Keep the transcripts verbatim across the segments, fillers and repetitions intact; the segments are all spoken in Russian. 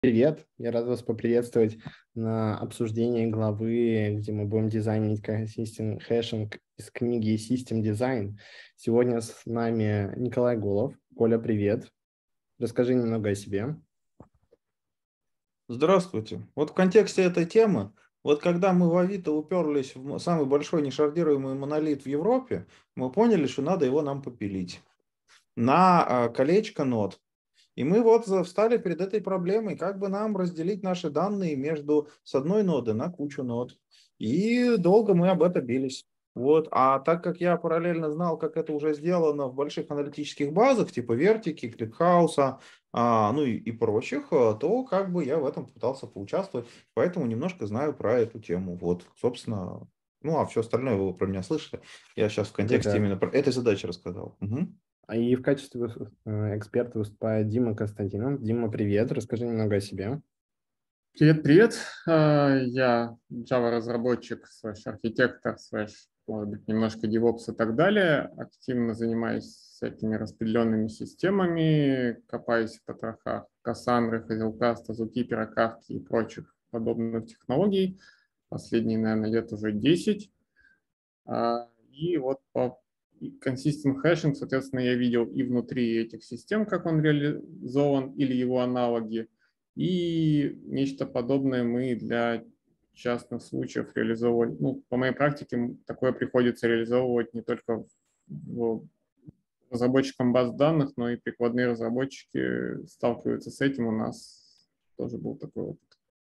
Привет, я рад вас поприветствовать на обсуждении главы, где мы будем дизайнить Consistent Hashing из книги System Design. Сегодня с нами Николай Голов. Коля, привет. Расскажи немного о себе. Здравствуйте. Вот в контексте этой темы, вот когда мы в Авито уперлись в самый большой нешардируемый монолит в Европе, мы поняли, что надо его нам попилить на а, колечко нод. И мы вот за- встали перед этой проблемой, как бы нам разделить наши данные между с одной ноды на кучу нод. И долго мы об этом бились. Вот. А так как я параллельно знал, как это уже сделано в больших аналитических базах, типа Вертики, Клипхауса, а, ну и, и прочих, а, то как бы я в этом пытался поучаствовать, поэтому немножко знаю про эту тему. Вот, собственно, ну а все остальное вы про меня слышали. Я сейчас в контексте Круто. именно про этой задачи рассказал. Мгм. А И в качестве э, эксперта выступает Дима Константинов. Дима, привет. Расскажи немного о себе. Привет, привет. А, Я Java-разработчик, слэш архитектор, слэш, может быть, немножко DevOps и так далее. Активно занимаюсь всякими распределенными системами, копаюсь в потрохах Cassandra, Hazelcast, Zookeeper, Kafka и прочих подобных технологий. Последние, наверное, лет уже десять. А, И вот по Consistent Hashing, соответственно, я видел и внутри этих систем, как он реализован, или его аналоги, и нечто подобное мы для частных случаев реализовывали. Ну, по моей практике такое приходится реализовывать не только в разработчикам баз данных, но и прикладные разработчики сталкиваются с этим. У нас тоже был такой опыт.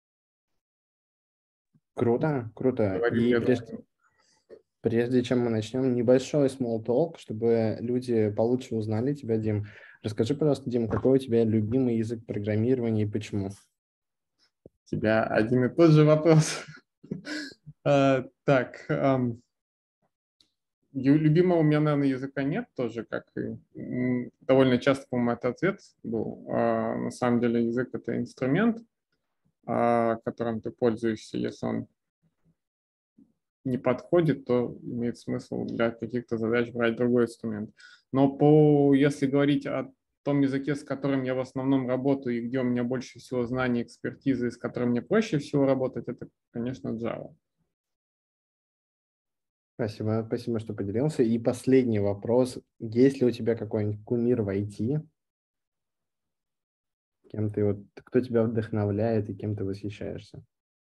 Круто, круто. Говорил, И я прежде, думаю. прежде чем мы начнем, небольшой small talk, чтобы люди получше узнали тебя, Дим. Расскажи, пожалуйста, Дим, какой у тебя любимый язык программирования и почему? У тебя один и тот же вопрос. А, Так, ам, ю- любимого у меня, наверное, языка нет тоже, как и м, довольно часто, по-моему, это ответ был. А, На самом деле язык — это инструмент, а, которым ты пользуешься. Если он не подходит, то имеет смысл для каких-то задач брать другой инструмент. Но по, если говорить о том языке, с которым я в основном работаю и где у меня больше всего знаний, экспертизы, и с которым мне проще всего работать, это, конечно, Java. Спасибо, спасибо, что поделился. И последний вопрос. Есть ли у тебя какой-нибудь кумир в ай ти? Кем ты вот, кто тебя вдохновляет и кем ты восхищаешься?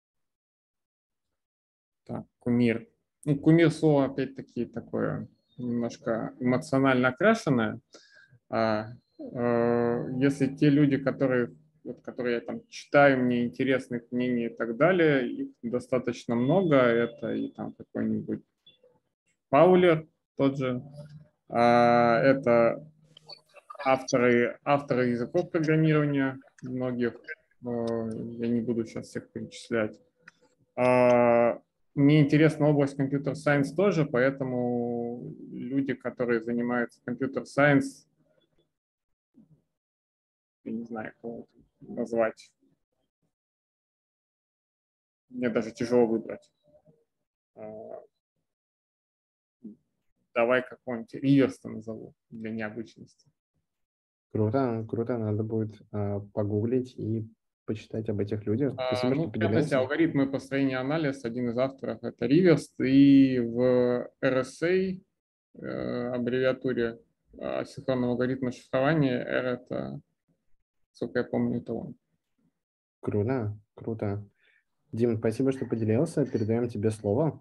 Так, кумир. Ну, кумир слово, опять-таки, такое немножко эмоционально окрашенное. А, э, если те люди, которые, вот, которые я там читаю, мне интересны их мнения и так далее, их достаточно много. Это и там какой-нибудь Паулер тот же. А, это авторы, авторы языков программирования многих. Э, Я не буду сейчас всех перечислять. А, Мне интересна область компьютер-сайенс тоже, поэтому люди, которые занимаются компьютер-сайенс, я не знаю, кого назвать. Мне даже тяжело выбрать. А, Давай какого-нибудь Риверса назову для необычности. Круто, круто, надо будет а, погуглить и почитать об этих людях. А, Спасибо, Ну, что в частности, поделился. алгоритмы построения анализа, один из авторов — это Риверс, и в эр эс эй, э, аббревиатуре э, асинхронного алгоритма шифрования, R — это, сколько я помню, это он. Круто, круто. Дим, спасибо, что поделился. Передаем тебе слово.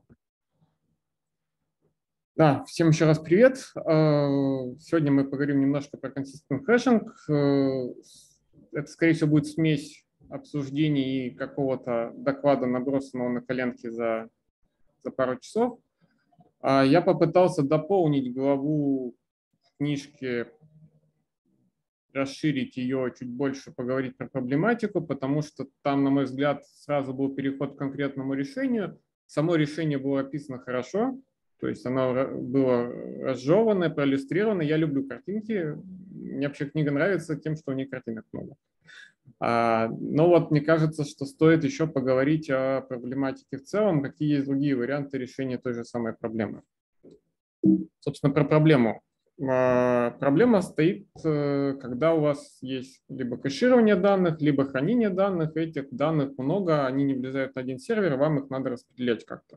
Да, всем еще раз привет. Э, Сегодня мы поговорим немножко про consistent hashing. Э, Это, скорее всего, будет смесь обсуждений и какого-то доклада, набросанного на коленке за, за пару часов. А Я попытался дополнить главу книжки, расширить ее чуть больше, поговорить про проблематику, потому что там, на мой взгляд, сразу был переход к конкретному решению. Само решение было описано хорошо, то есть оно было разжевано, проиллюстрировано. Я люблю картинки. Мне вообще книга нравится тем, что у нее картинок много. А, но вот мне кажется, что стоит еще поговорить о проблематике в целом, какие есть другие варианты решения той же самой проблемы. Собственно, про проблему. Проблема стоит, когда у вас есть либо кэширование данных, либо хранение данных. Этих данных много, они не влезают на один сервер, вам их надо распределять как-то.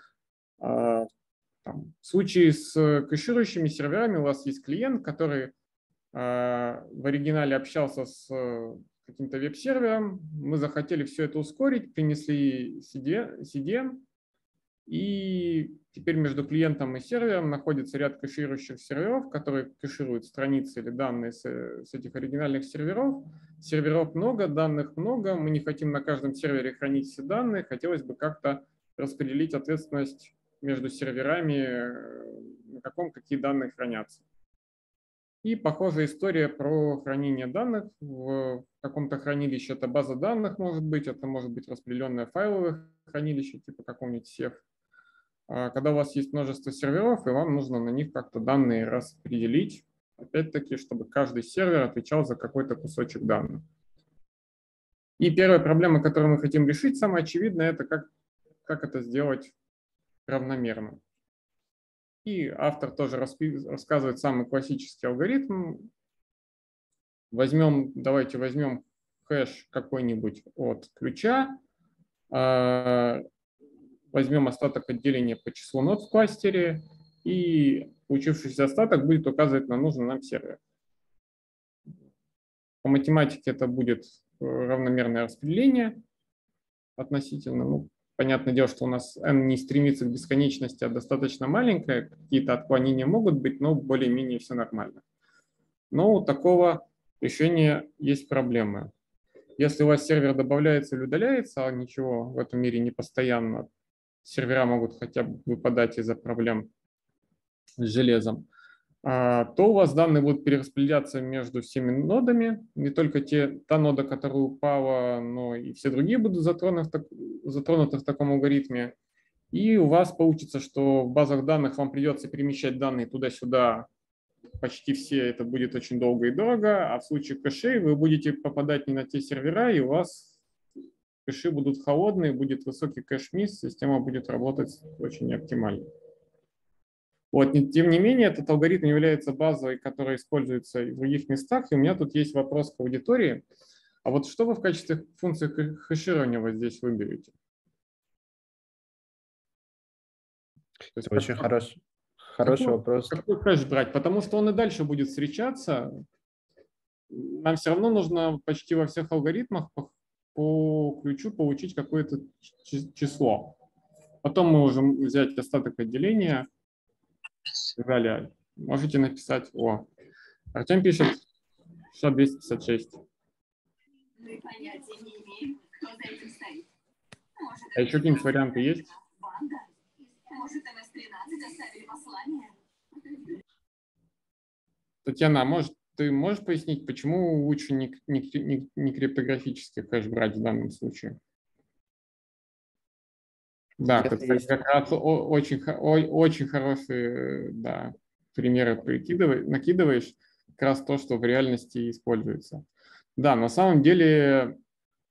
В случае с кэширующими серверами у вас есть клиент, который в оригинале общался с каким-то веб-сервером. Мы захотели все это ускорить, принесли си ди эм. И теперь между клиентом и сервером находится ряд кэширующих серверов, которые кэшируют страницы или данные с, с этих оригинальных серверов. Серверов много, данных много. Мы не хотим на каждом сервере хранить все данные. Хотелось бы как-то распределить ответственность между серверами, на каком какие данные хранятся. И похожая история про хранение данных в каком-то хранилище. Это база данных может быть, это может быть распределенное файловое хранилище, типа какого-нибудь сеф. Когда у вас есть множество серверов, и вам нужно на них как-то данные распределить, опять-таки, чтобы каждый сервер отвечал за какой-то кусочек данных. И первая проблема, которую мы хотим решить, самое очевидное, это как, как это сделать равномерно. И автор тоже рассказывает самый классический алгоритм. Возьмем, давайте возьмем хэш какой-нибудь от ключа, возьмем остаток отделения по числу нод в кластере, и получившийся остаток будет указывать на нужный нам сервер. По математике это будет равномерное распределение относительно. Ну, понятное дело, что у нас n не стремится к бесконечности, а достаточно маленькое. Какие-то отклонения могут быть, но более-менее все нормально. Но у такого решения есть проблемы. Если у вас сервер добавляется или удаляется, а ничего в этом мире не постоянно, сервера могут хотя бы выпадать из-за проблем с железом, то у вас данные будут перераспределяться между всеми нодами. Не только те, та нода, которая упала, но и все другие будут затронуты, затронуты в таком алгоритме. И у вас получится, что в базах данных вам придется перемещать данные туда-сюда, почти все, это будет очень долго и дорого, а в случае кэшей вы будете попадать не на те сервера, и у вас кэши будут холодные, будет высокий кэш-мисс, система будет работать очень неоптимально. Вот, тем не менее, этот алгоритм является базовой, которая используется и в других местах. И у меня тут есть вопрос к аудитории. А вот что вы в качестве функции хэширования вот здесь выберете? То есть, очень как, хороший, хороший какой, вопрос. Какой хэш брать? Потому что он и дальше будет встречаться. Нам все равно нужно почти во всех алгоритмах по, по ключу получить какое-то число. Потом мы можем взять остаток отделения. Далее. Можете написать о. Артем пишет шестьдесят двести пятьдесят шесть. А еще какие-нибудь варианты есть? Татьяна, может, ты можешь пояснить, почему лучше не, не, не, не криптографический хэш брать в данном случае? Да, ты есть... как раз очень, очень хорошие, да, примеры прикидываешь, накидываешь, как раз то, что в реальности используется. Да, на самом деле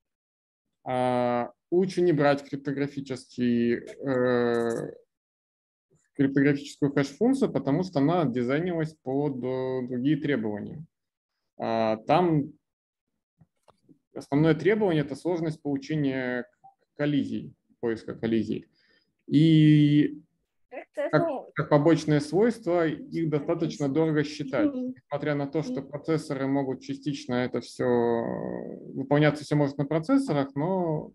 лучше не брать криптографический, э, криптографическую хэш-функцию, потому что она дизайнилась под другие требования. Там основное требование – это сложность получения коллизий, поиска коллизий. И как, как побочное свойство их достаточно дорого считать. Несмотря на то, что процессоры могут частично это все, выполняться все может на процессорах, но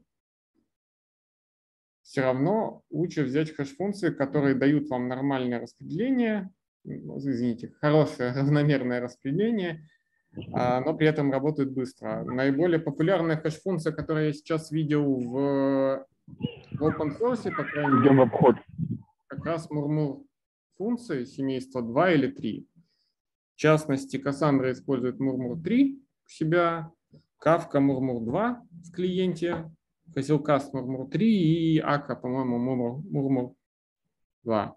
все равно лучше взять хэш-функции, которые дают вам нормальное распределение, извините, хорошее равномерное распределение, но при этом работают быстро. Наиболее популярная хэш-функция, которую я сейчас видел в В open source, по крайней мере, идем в обход. Как раз Murmur функции семейства два или три. В частности, Cassandra использует Murmur три у себя, Kafka Murmur два в клиенте, Hazelcast Murmur три и Akka, по-моему, Murmur, Murmur два.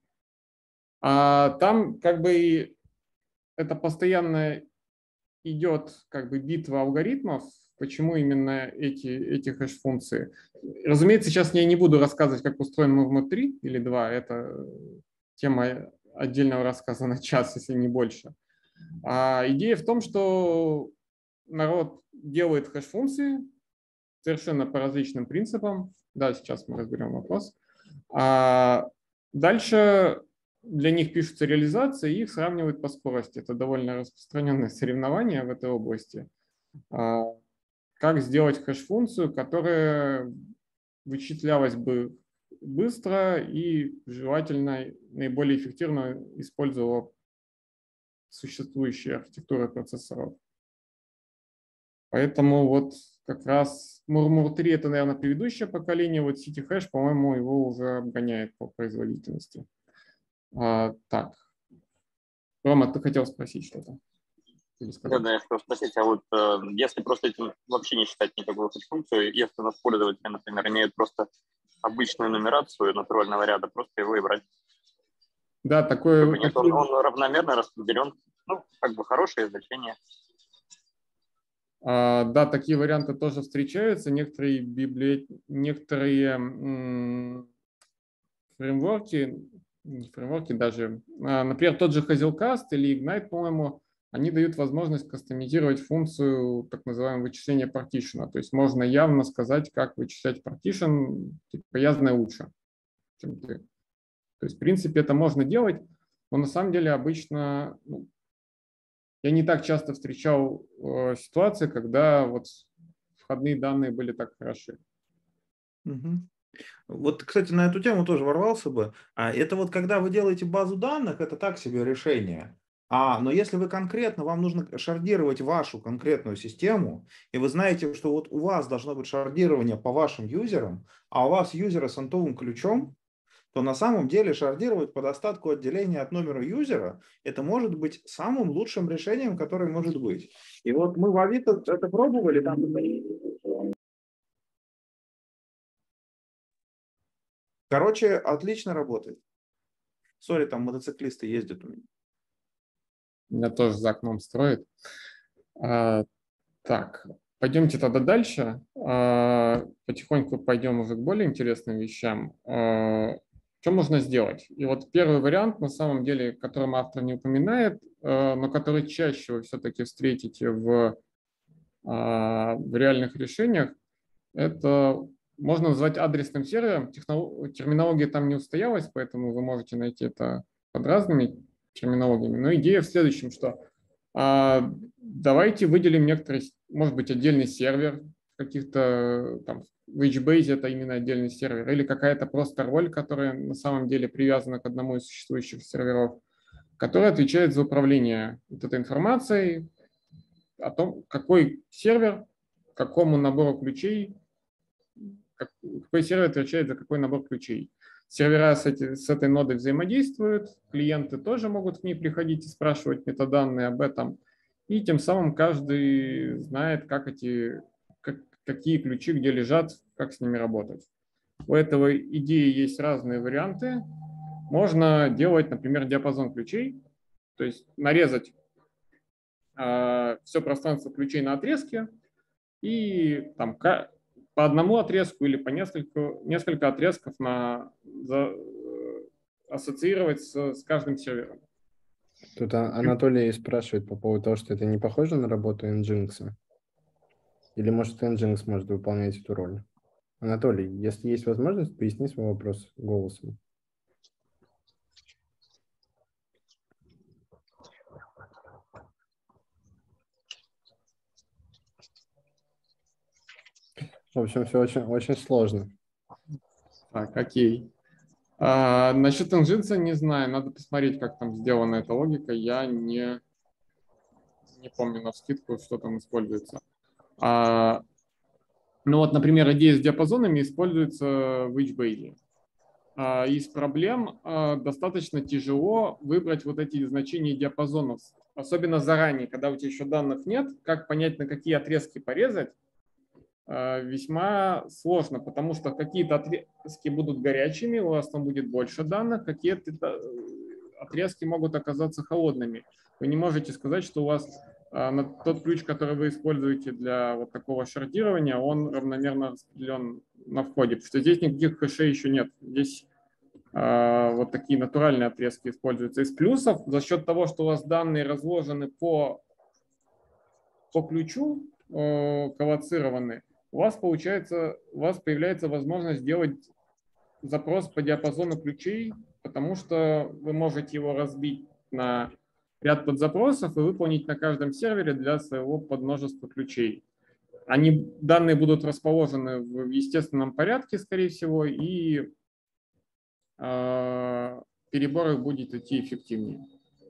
А там как бы это постоянно идет как бы битва алгоритмов. Почему именно эти, эти хэш-функции? Разумеется, сейчас я не буду рассказывать, как устроен Murmur три или два. Это тема отдельного рассказа на час, если не больше. А идея в том, что народ делает хэш-функции совершенно по различным принципам. Да, сейчас мы разберем вопрос. А дальше для них пишутся реализации и их сравнивают по скорости. Это довольно распространенное соревнование в этой области. А как сделать хэш-функцию, которая вычислялась бы быстро и желательно наиболее эффективно использовала существующие архитектуры процессоров. Поэтому вот как раз Мурмур три это, наверное, предыдущее поколение, вот CityHash, по-моему, его уже обгоняет по производительности. А, так. Рома, ты хотел спросить что-то? Да, да, я хотел спросить, а вот э, если просто этим вообще не считать никакую функцию, если у нас пользователи, например, имеют просто обычную нумерацию натурального ряда, просто его и брать. Да, такое... Нет, такие... он, он равномерно распределен, ну, как бы хорошее значение. А, да, такие варианты тоже встречаются. Некоторые, библи... Некоторые м- фреймворки, не фреймворки даже, а, например, тот же Hazelcast или Ignite, по-моему, они дают возможность кастомизировать функцию так называемого вычисления партишена. То есть можно явно сказать, как вычислять партишен, типа я знаю лучше, чем ты. То есть, в принципе, это можно делать, но на самом деле обычно ну, я не так часто встречал э, ситуации, когда вот входные данные были так хороши. Угу. Вот, кстати, на эту тему тоже ворвался бы. А это вот когда вы делаете базу данных, это так себе решение. А, но если вы конкретно, вам нужно шардировать вашу конкретную систему, и вы знаете, что вот у вас должно быть шардирование по вашим юзерам, а у вас юзеры с антовым ключом, то на самом деле шардировать по достатку отделения от номера юзера, это может быть самым лучшим решением, которое может быть. И вот мы в Авито это пробовали, там... Короче, отлично работает. Сори, там мотоциклисты ездят у меня. Меня тоже за окном строит. А, так, пойдемте тогда дальше. А, потихоньку пойдем уже к более интересным вещам. А, что можно сделать? И вот первый вариант, на самом деле, которым автор не упоминает, а, но который чаще вы все-таки встретите в, а, в реальных решениях, это можно назвать адресным сервером. Технолог... Терминология там не устоялась, поэтому вы можете найти это под разными терминологиями. Но идея в следующем, что а, давайте выделим некоторый, может быть, отдельный сервер, каких-то там в HBase это именно отдельный сервер, или какая-то просто роль, которая на самом деле привязана к одному из существующих серверов, которая отвечает за управление вот этой информацией, о том, какой сервер, какому набору ключей, какой сервер отвечает за какой набор ключей. Сервера с, эти, с этой нодой взаимодействуют, клиенты тоже могут к ней приходить и спрашивать метаданные об этом. И тем самым каждый знает, как эти, как, какие ключи где лежат, как с ними работать. У этого идеи есть разные варианты. Можно делать, например, диапазон ключей, то есть нарезать э, все пространство ключей на отрезке и там по одному отрезку или по несколько, несколько отрезков на, за, ассоциировать с, с каждым сервером. Тут Анатолий спрашивает по поводу того, что это не похоже на работу Nginx. Или, может, Nginx может выполнять эту роль? Анатолий, если есть возможность, поясни свой вопрос голосом. В общем, все очень, очень сложно. Так, окей. А, насчет Nginx не знаю, надо посмотреть, как там сделана эта логика. Я не, не помню навскидку, что там используется. А, ну вот, например, идея с диапазонами используется в HBase. А, из проблем а, достаточно тяжело выбрать вот эти значения диапазонов, особенно заранее, когда у тебя еще данных нет, как понять, на какие отрезки порезать, весьма сложно, потому что какие-то отрезки будут горячими, у вас там будет больше данных, какие-то отрезки могут оказаться холодными. Вы не можете сказать, что у вас на тот ключ, который вы используете для вот такого шардирования, он равномерно распределен на входе, потому что здесь никаких хэшей еще нет. Здесь Вот такие натуральные отрезки используются. Из плюсов, за счет того, что у вас данные разложены по, по ключу, коллоцированы, у вас получается, у вас появляется возможность сделать запрос по диапазону ключей, потому что вы можете его разбить на ряд подзапросов и выполнить на каждом сервере для своего подмножества ключей. Они, данные будут расположены в естественном порядке, скорее всего, и э, перебор их будет идти эффективнее.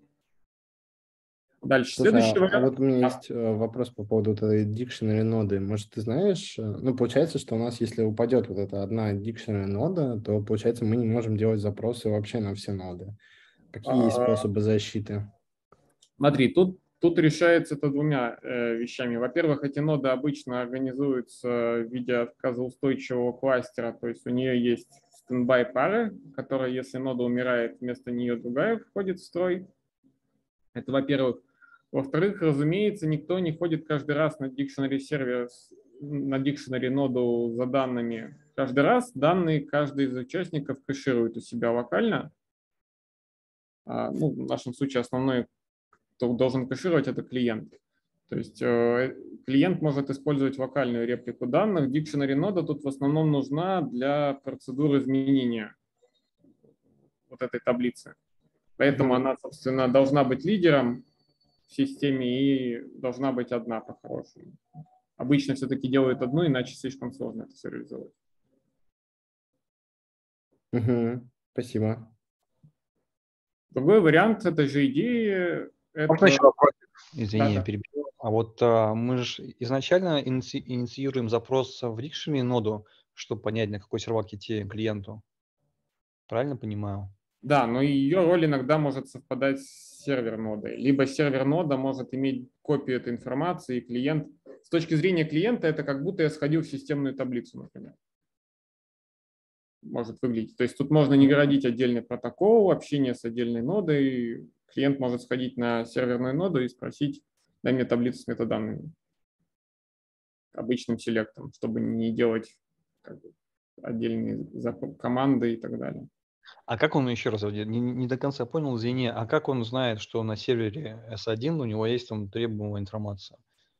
Дальше. Слушай, Следующий а, вариант. а вот у меня А. есть вопрос по поводу вот этой dictionary ноды. Может, ты знаешь, ну, получается, что у нас, если упадет вот эта одна dictionary нода, то, получается, мы не можем делать запросы вообще на все ноды. Какие есть способы защиты? Смотри, тут, тут решается это двумя э, вещами. Во-первых, эти ноды обычно организуются в виде отказоустойчивого кластера, то есть у нее есть стендбай пары, которая, если нода умирает, вместо нее другая входит в строй. Это во-первых. Во-вторых, разумеется, никто не ходит каждый раз на dictionary сервер, на dictionary ноду за данными. Каждый раз данные каждый из участников кэширует у себя локально. А, ну, в нашем случае основной, кто должен кэшировать, это клиент. То есть э, клиент может использовать локальную реплику данных. Dictionary нода тут в основном нужна для процедуры изменения вот этой таблицы. Поэтому mm-hmm. она, собственно, должна быть лидером в системе и должна быть одна по-хорошему. Обычно все-таки делают одну, иначе слишком сложно это все реализовать. Угу. Спасибо. Другой вариант этой же идеи. Это... Можно еще вопрос? Извини, да, перебью. А вот а, мы же изначально иници- инициируем запрос в dictionary ноду, чтобы понять, на какой сервак идти клиенту. Правильно понимаю? Да, но ее роль иногда может совпадать с сервер-нодой. Либо сервер-нода может иметь копию этой информации, и клиент... С точки зрения клиента это как будто я сходил в системную таблицу, например. Может выглядеть. То есть тут можно не городить отдельный протокол, общение с отдельной нодой. Клиент может сходить на серверную ноду и спросить, дай мне таблицу с метаданными. Обычным селектом, чтобы не делать как бы, отдельные команды и так далее. А как он, еще раз, не, не до конца понял, извини, а как он знает, что на сервере эс один у него есть там требуемая информация?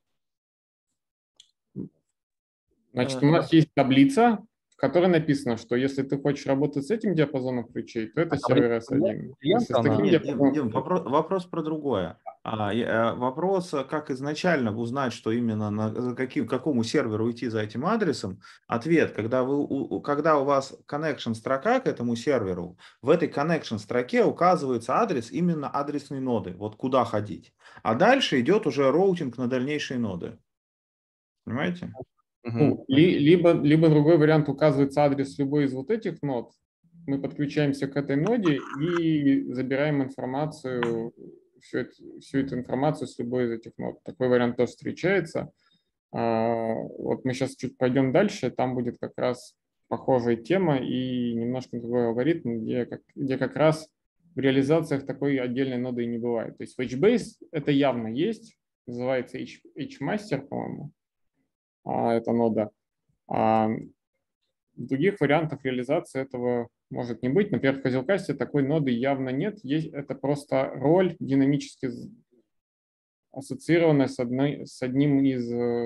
Значит, у нас есть таблица, в которой написано, что если ты хочешь работать с этим диапазоном ключей, то это а сервер эс один. Если с таким Нет, диапазоном... Дим, вопрос, вопрос про другое. А, вопрос, как изначально узнать, что именно на каким, какому серверу идти за этим адресом. Ответ, когда, вы, у, когда у вас connection строка к этому серверу, в этой connection строке указывается адрес именно адресной ноды, вот куда ходить. А дальше идет уже роутинг на дальнейшие ноды. Понимаете? Ну, ли, либо, либо другой вариант, указывается адрес любой из вот этих нод, мы подключаемся к этой ноде и забираем информацию, всю эту, всю эту информацию с любой из этих нод. Такой вариант тоже встречается. А, вот мы сейчас чуть пойдем дальше, там будет как раз похожая тема и немножко другой алгоритм, где как, где как раз в реализациях такой отдельной ноды и не бывает. То есть в HBase это явно есть, называется H, HMaster, по-моему. А, это нода. А других вариантов реализации этого может не быть. Например, в Hazelcast такой ноды явно нет. Есть, это просто роль динамически ассоциированная с, одной, с, одним из,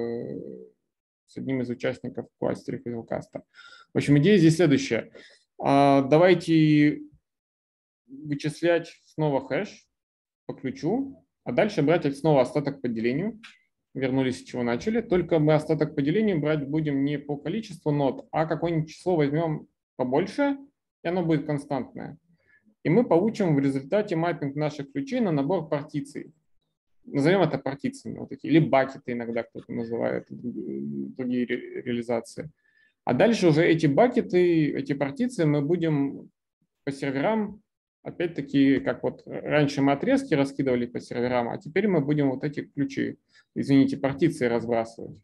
с одним из участников в кластере Hazelcast. В общем, идея здесь следующая. А, давайте вычислять снова хэш по ключу, а дальше брать снова остаток по делению. Вернулись, с чего начали, только мы остаток по делению брать будем не по количеству нод, а какое-нибудь число возьмем побольше, и оно будет константное. И мы получим в результате маппинг наших ключей на набор партиций. Назовем это партициями, вот такие, или бакеты иногда кто-то называет, другие ре реализации. А дальше уже эти бакеты, эти партиции мы будем по серверам, опять-таки, как вот раньше мы отрезки раскидывали по серверам, а теперь мы будем вот эти ключи, извините, партиции разбрасывать.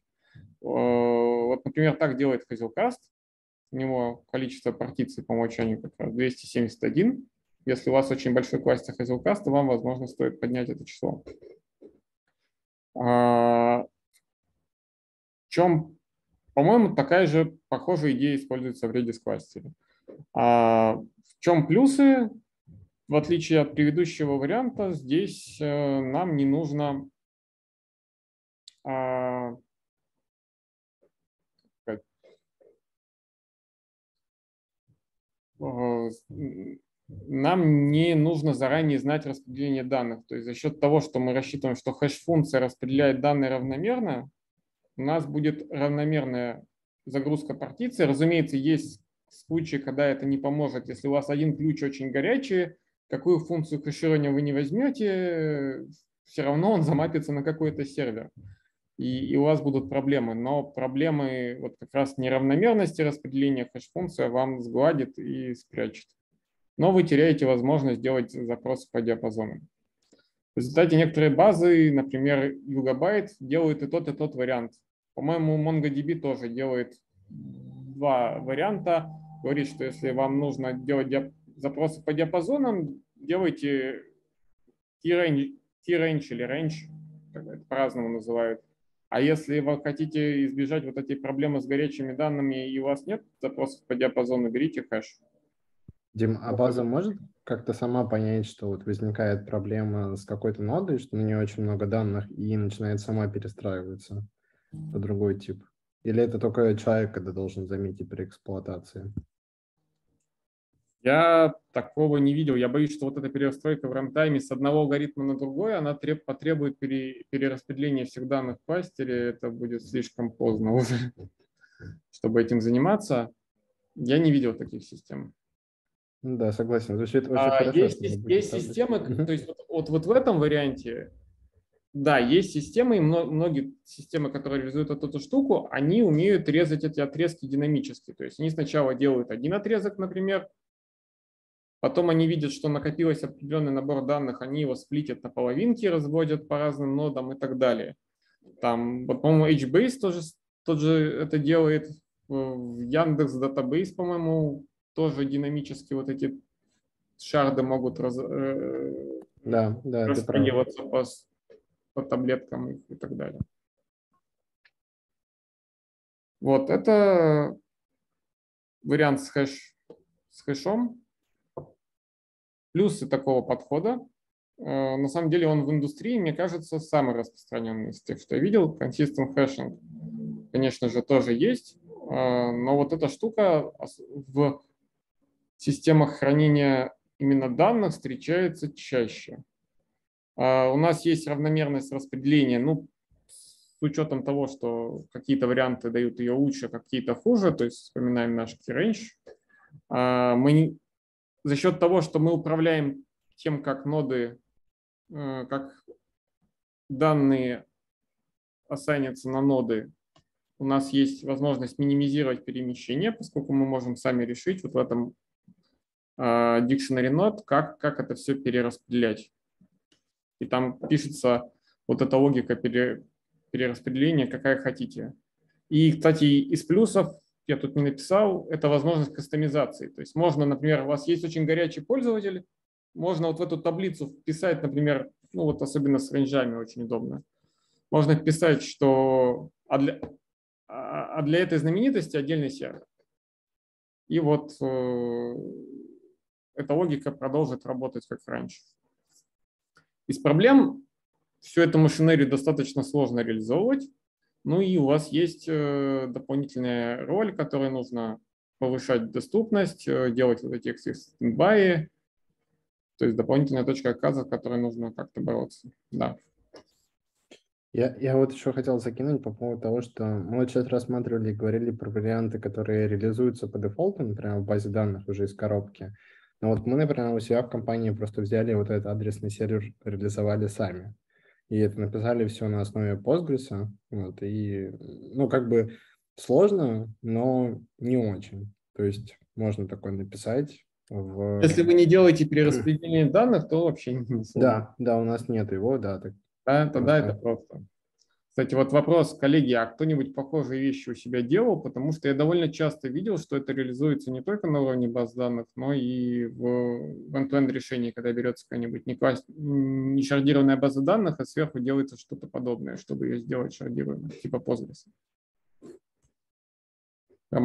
Вот, например, так делает Hazelcast. У него количество партиций по умолчанию как раз двести семьдесят один. Если у вас очень большой кластер Hazelcast, то вам, возможно, стоит поднять это число. В чем, по-моему, такая же похожая идея используется в Redis кластере. В В чем плюсы? В отличие от предыдущего варианта, здесь э, нам не нужно э, как, э, нам не нужно заранее знать распределение данных. То есть за счет того, что мы рассчитываем, что хэш-функция распределяет данные равномерно, у нас будет равномерная загрузка партиции. Разумеется, есть случаи, когда это не поможет. Если у вас один ключ очень горячий, какую функцию кэширования вы не возьмете, все равно он замапится на какой-то сервер. И, и у вас будут проблемы. Но проблемы вот как раз неравномерности распределения хэш-функция вам сгладит и спрячет. Но вы теряете возможность делать запросы по диапазонам. В результате некоторые базы, например, Yugabyte, делают и тот, и тот вариант. По-моему, MongoDB тоже делает два варианта. Говорит, что если вам нужно делать диап... запросы по диапазонам, делайте T-range, T-range или range, как это по-разному называют. А если вы хотите избежать вот этой проблемы с горячими данными и у вас нет запросов по диапазону, берите хэш. Дим, а база может как-то сама понять, что вот возникает проблема с какой-то нодой, что на нее очень много данных и начинает сама перестраиваться по другой тип? Или это только человек, когда должен заметить при эксплуатации? Я такого не видел. Я боюсь, что вот эта перестройка в рантайме с одного алгоритма на другой, она треб, потребует пере, перераспределения всех данных в кластере. Это будет слишком поздно уже, чтобы этим заниматься. Я не видел таких систем. Да, согласен. Звучит очень а, хорошо. Есть, есть системы, uh-huh. то есть вот, вот, вот в этом варианте, да, есть системы, и многие системы, которые реализуют эту, эту штуку, они умеют резать эти отрезки динамически. То есть они сначала делают один отрезок, например, потом они видят, что накопилось определенный набор данных, они его сплитят на половинки, разводят по разным нодам и так далее. Там, вот, по-моему, HBase тоже, тот же это делает, в Яндекс Database, по-моему, тоже динамически вот эти шарды могут раз, э, да, да, распределиваться по, по таблеткам и так далее. Вот, это вариант с, хэш, с хэшом. Плюсы такого подхода. Э, на самом деле он в индустрии, мне кажется, самый распространенный из тех, что я видел. Consistent hashing, конечно же, тоже есть. Но вот эта штука в системах хранения именно данных встречается чаще. У нас есть равномерность распределения, ну, с учетом того, что какие-то варианты дают ее лучше, какие-то хуже, то есть вспоминаем наш T-range. Мы, за счет того, что мы управляем тем, как ноды, как данные ассайнятся на ноды, у нас есть возможность минимизировать перемещение, поскольку мы можем сами решить вот в этом uh, Dictionary Node, как, как это все перераспределять. И там пишется вот эта логика пере, перераспределения, какая хотите. И, кстати, из плюсов, я тут не написал, это возможность кастомизации. То есть можно, например, у вас есть очень горячий пользователь, можно вот в эту таблицу вписать, например, ну вот особенно с рейнджами очень удобно. Можно вписать, что... А для, а для этой знаменитости отдельный сервер. И вот э, эта логика продолжит работать как раньше. Из проблем всю эту машинерию достаточно сложно реализовывать. Ну и у вас есть э, дополнительная роль, которой нужно повышать доступность, э, делать вот эти стендбаи. То есть дополнительная точка отказа, с которой нужно как-то бороться. Да. Я, я вот еще хотел закинуть по поводу того, что мы вот сейчас рассматривали и говорили про варианты, которые реализуются по дефолту, например, в базе данных уже из коробки. Но вот мы, например, у себя в компании просто взяли вот этот адресный сервер, реализовали сами. И это написали все на основе Postgres. Вот, и, ну, как бы сложно, но не очень. То есть можно такое написать. В... Если вы не делаете перераспределение данных, то вообще не сложно. Да, да, у нас нет его, да. Так да, тогда просто... это просто. Кстати, вот вопрос, коллеги, а кто-нибудь похожие вещи у себя делал? Потому что я довольно часто видел, что это реализуется не только на уровне баз данных, но и в, в end-to-end решении, когда берется какая-нибудь не, класс... не шардированная база данных, а сверху делается что-то подобное, чтобы ее сделать шардируемой, типа Postgres. Роман.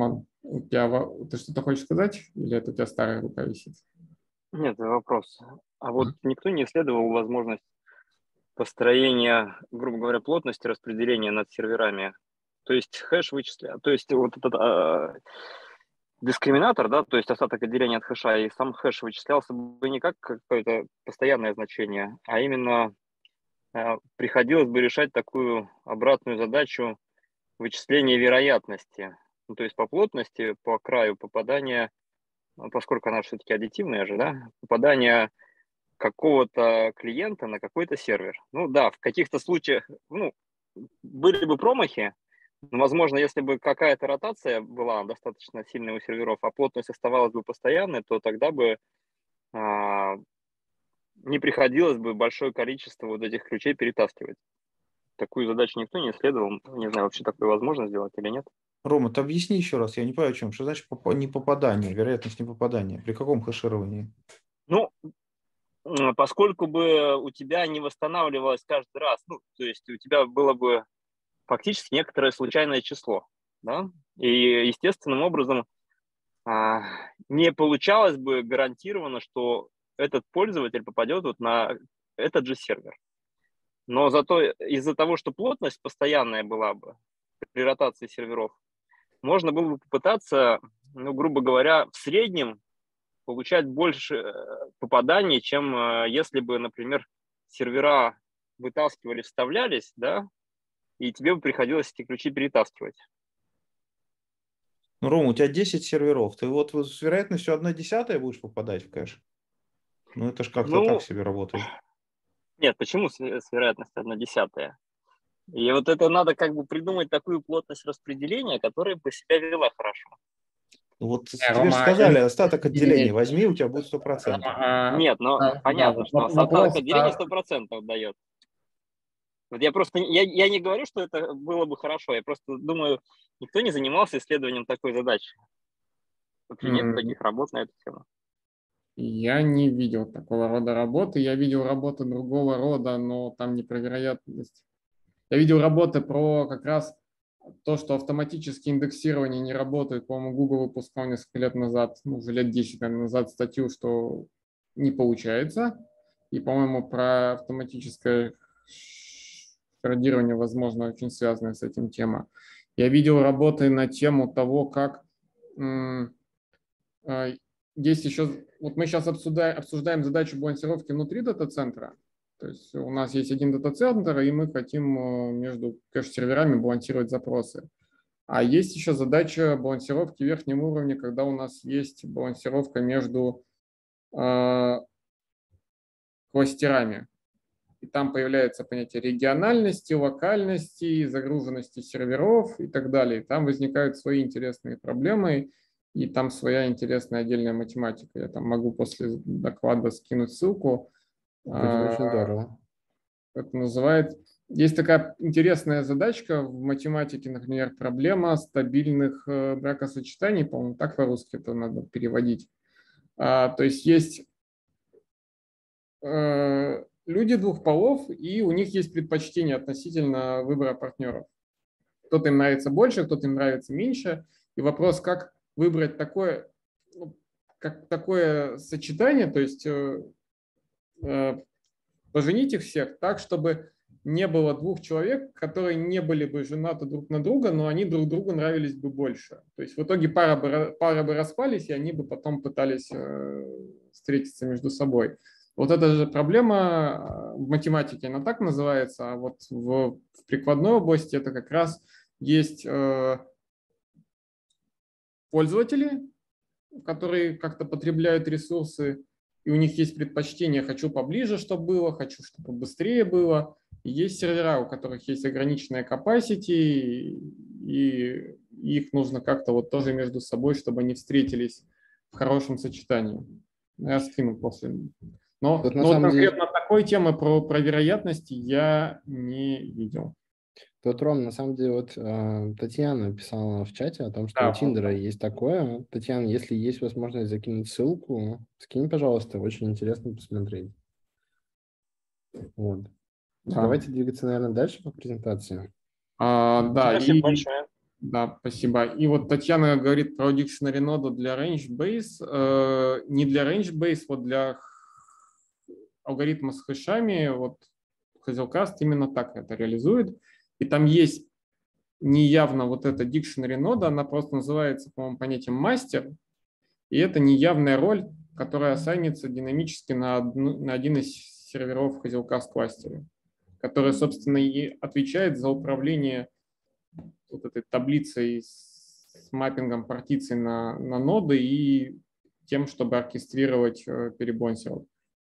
У тебя, ты что-то хочешь сказать? Или это у тебя старая рука висит? Нет, вопрос. А вот mm-hmm. никто не исследовал возможность построения, грубо говоря, плотности распределения над серверами? То есть хэш вычисляет, то есть вот этот а, дискриминатор, да, то есть остаток отделения от хэша, и сам хэш вычислялся бы не как какое-то постоянное значение, а именно а, приходилось бы решать такую обратную задачу вычисления вероятности, ну, то есть по плотности, по краю попадания, поскольку она все-таки аддитивная же, да, попадание какого-то клиента на какой-то сервер. Ну да, в каких-то случаях, ну, были бы промахи, но, возможно, если бы какая-то ротация была достаточно сильная у серверов, а плотность оставалась бы постоянной, то тогда бы а, не приходилось бы большое количество вот этих ключей перетаскивать. Такую задачу никто не исследовал. Не знаю, вообще такое возможно сделать или нет. Рома, ты объясни еще раз, я не понимаю, о чем. Что значит не попадание, вероятность не попадания? При каком хэшировании? Ну, поскольку бы у тебя не восстанавливалось каждый раз, ну, то есть у тебя было бы фактически некоторое случайное число, да, и естественным образом а, не получалось бы гарантированно, что этот пользователь попадет вот на этот же сервер. Но зато из-за того, что плотность постоянная была бы при ротации серверов, можно было бы попытаться, ну, грубо говоря, в среднем получать больше попаданий, чем если бы, например, сервера вытаскивались, вставлялись, да, и тебе бы приходилось эти ключи перетаскивать. Ну, Рома, у тебя десять серверов. Ты вот с вероятностью одна десятая будешь попадать в кэш? Ну, это же как-то ну, так себе работает. Нет, почему с, с вероятностью одна десятая? И вот это надо как бы придумать такую плотность распределения, которая бы себя вела хорошо. Вот не, тебе Рома, же сказали, я... остаток отделения возьми, у тебя будет сто процентов. Рома, Нет, ну а, понятно, да, что вопрос, остаток отделения сто процентов дает. Вот я просто я, я не говорю, что это было бы хорошо, я просто думаю, никто не занимался исследованием такой задачи. Вообще нет mm-hmm. таких работ на эту тему. Я не видел такого рода работы. Я видел работы другого рода, но там не про вероятность. Я видел работы про как раз то, что автоматические индексирования не работают. По-моему, Google выпускал несколько лет назад, ну, уже лет десять наверное, назад статью, что не получается. И, по-моему, про автоматическое шардирование, возможно, очень связанная с этим тема. Я видел работы на тему того, как м- есть еще, вот мы сейчас обсуждаем, обсуждаем задачу балансировки внутри дата-центра. То есть у нас есть один дата-центр, и мы хотим между кэш-серверами балансировать запросы. А есть еще задача балансировки верхнего уровня, когда у нас есть балансировка между э, кластерами. И там появляется понятие региональности, локальности, загруженности серверов и так далее. И там возникают свои интересные проблемы. И там своя интересная отдельная математика. Я там могу после доклада скинуть ссылку. Будет очень здорово. Это называет... Есть такая интересная задачка в математике, например, проблема стабильных бракосочетаний. По-моему, так по-русски это надо переводить. А, то есть есть э, люди двух полов, и у них есть предпочтение относительно выбора партнеров. Кто-то им нравится больше, кто-то им нравится меньше. И вопрос, как выбрать такое, как такое сочетание, то есть э, э, поженить их всех так, чтобы не было двух человек, которые не были бы женаты друг на друга, но они друг другу нравились бы больше. То есть в итоге пара бы, пара бы распались, и они бы потом пытались э, встретиться между собой. Вот эта же проблема в математике, она так называется, а вот в, в прикладной области это как раз есть э, пользователи, которые как-то потребляют ресурсы, и у них есть предпочтение, хочу поближе, чтобы было, хочу, чтобы быстрее было. И есть сервера, у которых есть ограниченная capacity, и их нужно как-то вот тоже между собой, чтобы они встретились в хорошем сочетании. Я скину после. Но, вот, но вот конкретно деле... такой темы про, про вероятности я не видел. Тут, Ром, на самом деле, вот э, Татьяна писала в чате о том, что да, у Тиндера вот. есть такое. Татьяна, если есть возможность закинуть ссылку, скинь, пожалуйста, очень интересно посмотреть. Вот. Да. Давайте двигаться, наверное, дальше по презентации. А, да, Спасибо и, большое. Да, спасибо. И вот Татьяна говорит про dictionary ноду для range-base. Э, не для range-base, вот для алгоритма с хэшами, вот Hazelcast именно так это реализует. И там есть неявно вот эта dictionary нода, она просто называется, по-моему, понятием мастер. И это неявная роль, которая ассайнится динамически на, одну, на один из серверов в Hazelcast кластере, которая, собственно, и отвечает за управление вот этой таблицей с маппингом партиций на, на ноды и тем, чтобы оркестрировать перебонсеров.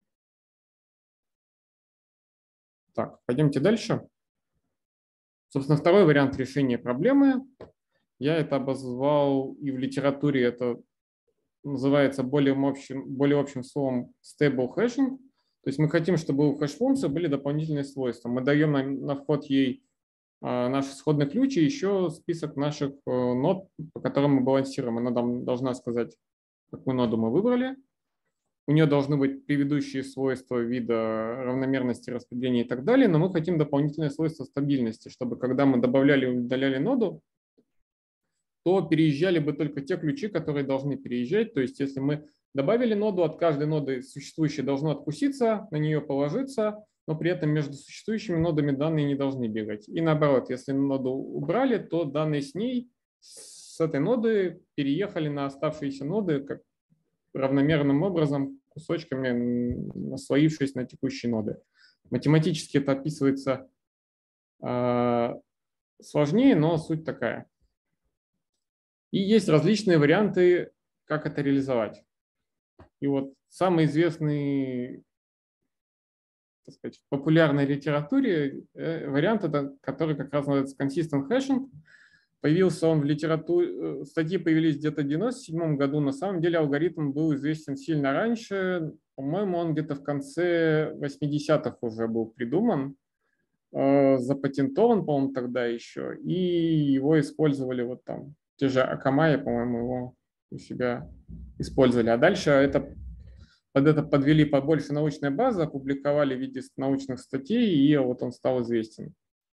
Так, пойдемте дальше. Собственно, второй вариант решения проблемы. Я это обозвал, и в литературе это называется более общим, более общим словом stable hashing. То есть мы хотим, чтобы у хэш-функции были дополнительные свойства. Мы даем на, на вход ей а, наш исходный ключ и еще список наших а, нод, по которым мы балансируем. Она там должна сказать, какую ноду мы выбрали. У нее должны быть предыдущие свойства вида равномерности, распределения и так далее, но мы хотим дополнительные свойства стабильности, чтобы когда мы добавляли и удаляли ноду, то переезжали бы только те ключи, которые должны переезжать. То есть если мы добавили ноду, от каждой ноды существующей должно откуситься, на нее положиться, но при этом между существующими нодами данные не должны бегать. И наоборот, если ноду убрали, то данные с ней, с этой ноды переехали на оставшиеся ноды как равномерным образом, кусочками, наслоившись на текущие ноды. Математически это описывается э, сложнее, но суть такая. И есть различные варианты, как это реализовать. И вот самый известный, так сказать, в популярной литературе вариант, это, который как раз называется consistent hashing. Появился он в литературе, статьи появились где-то в девяносто седьмом году. На самом деле алгоритм был известен сильно раньше. По-моему, он где-то в конце восьмидесятых уже был придуман, запатентован, по-моему, тогда еще. И его использовали вот там. Те же Акамая, по-моему, его у себя использовали. А дальше это, под это подвели побольше научной базы, опубликовали в виде научных статей, и вот он стал известен.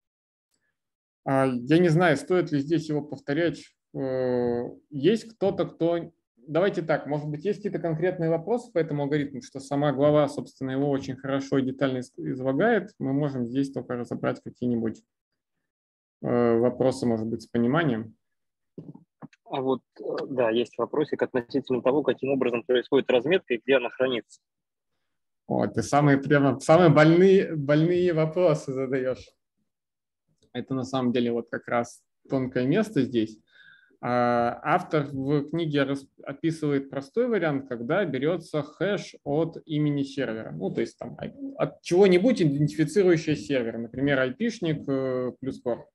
Я не знаю, стоит ли здесь его повторять. Есть кто-то, кто... Давайте так, может быть, есть какие-то конкретные вопросы по этому алгоритму, что сама глава, собственно, его очень хорошо и детально излагает. Мы можем здесь только разобрать какие-нибудь вопросы, может быть, с пониманием. А вот, да, есть вопросик относительно того, каким образом происходит разметка и где она хранится. О, ты самые, прямо, самые больные, больные вопросы задаешь. Это на самом деле вот как раз тонкое место здесь. Автор в книге описывает простой вариант, когда берется хэш от имени сервера. Ну, то есть там от чего-нибудь идентифицирующее сервер, например, айпишник плюс кор.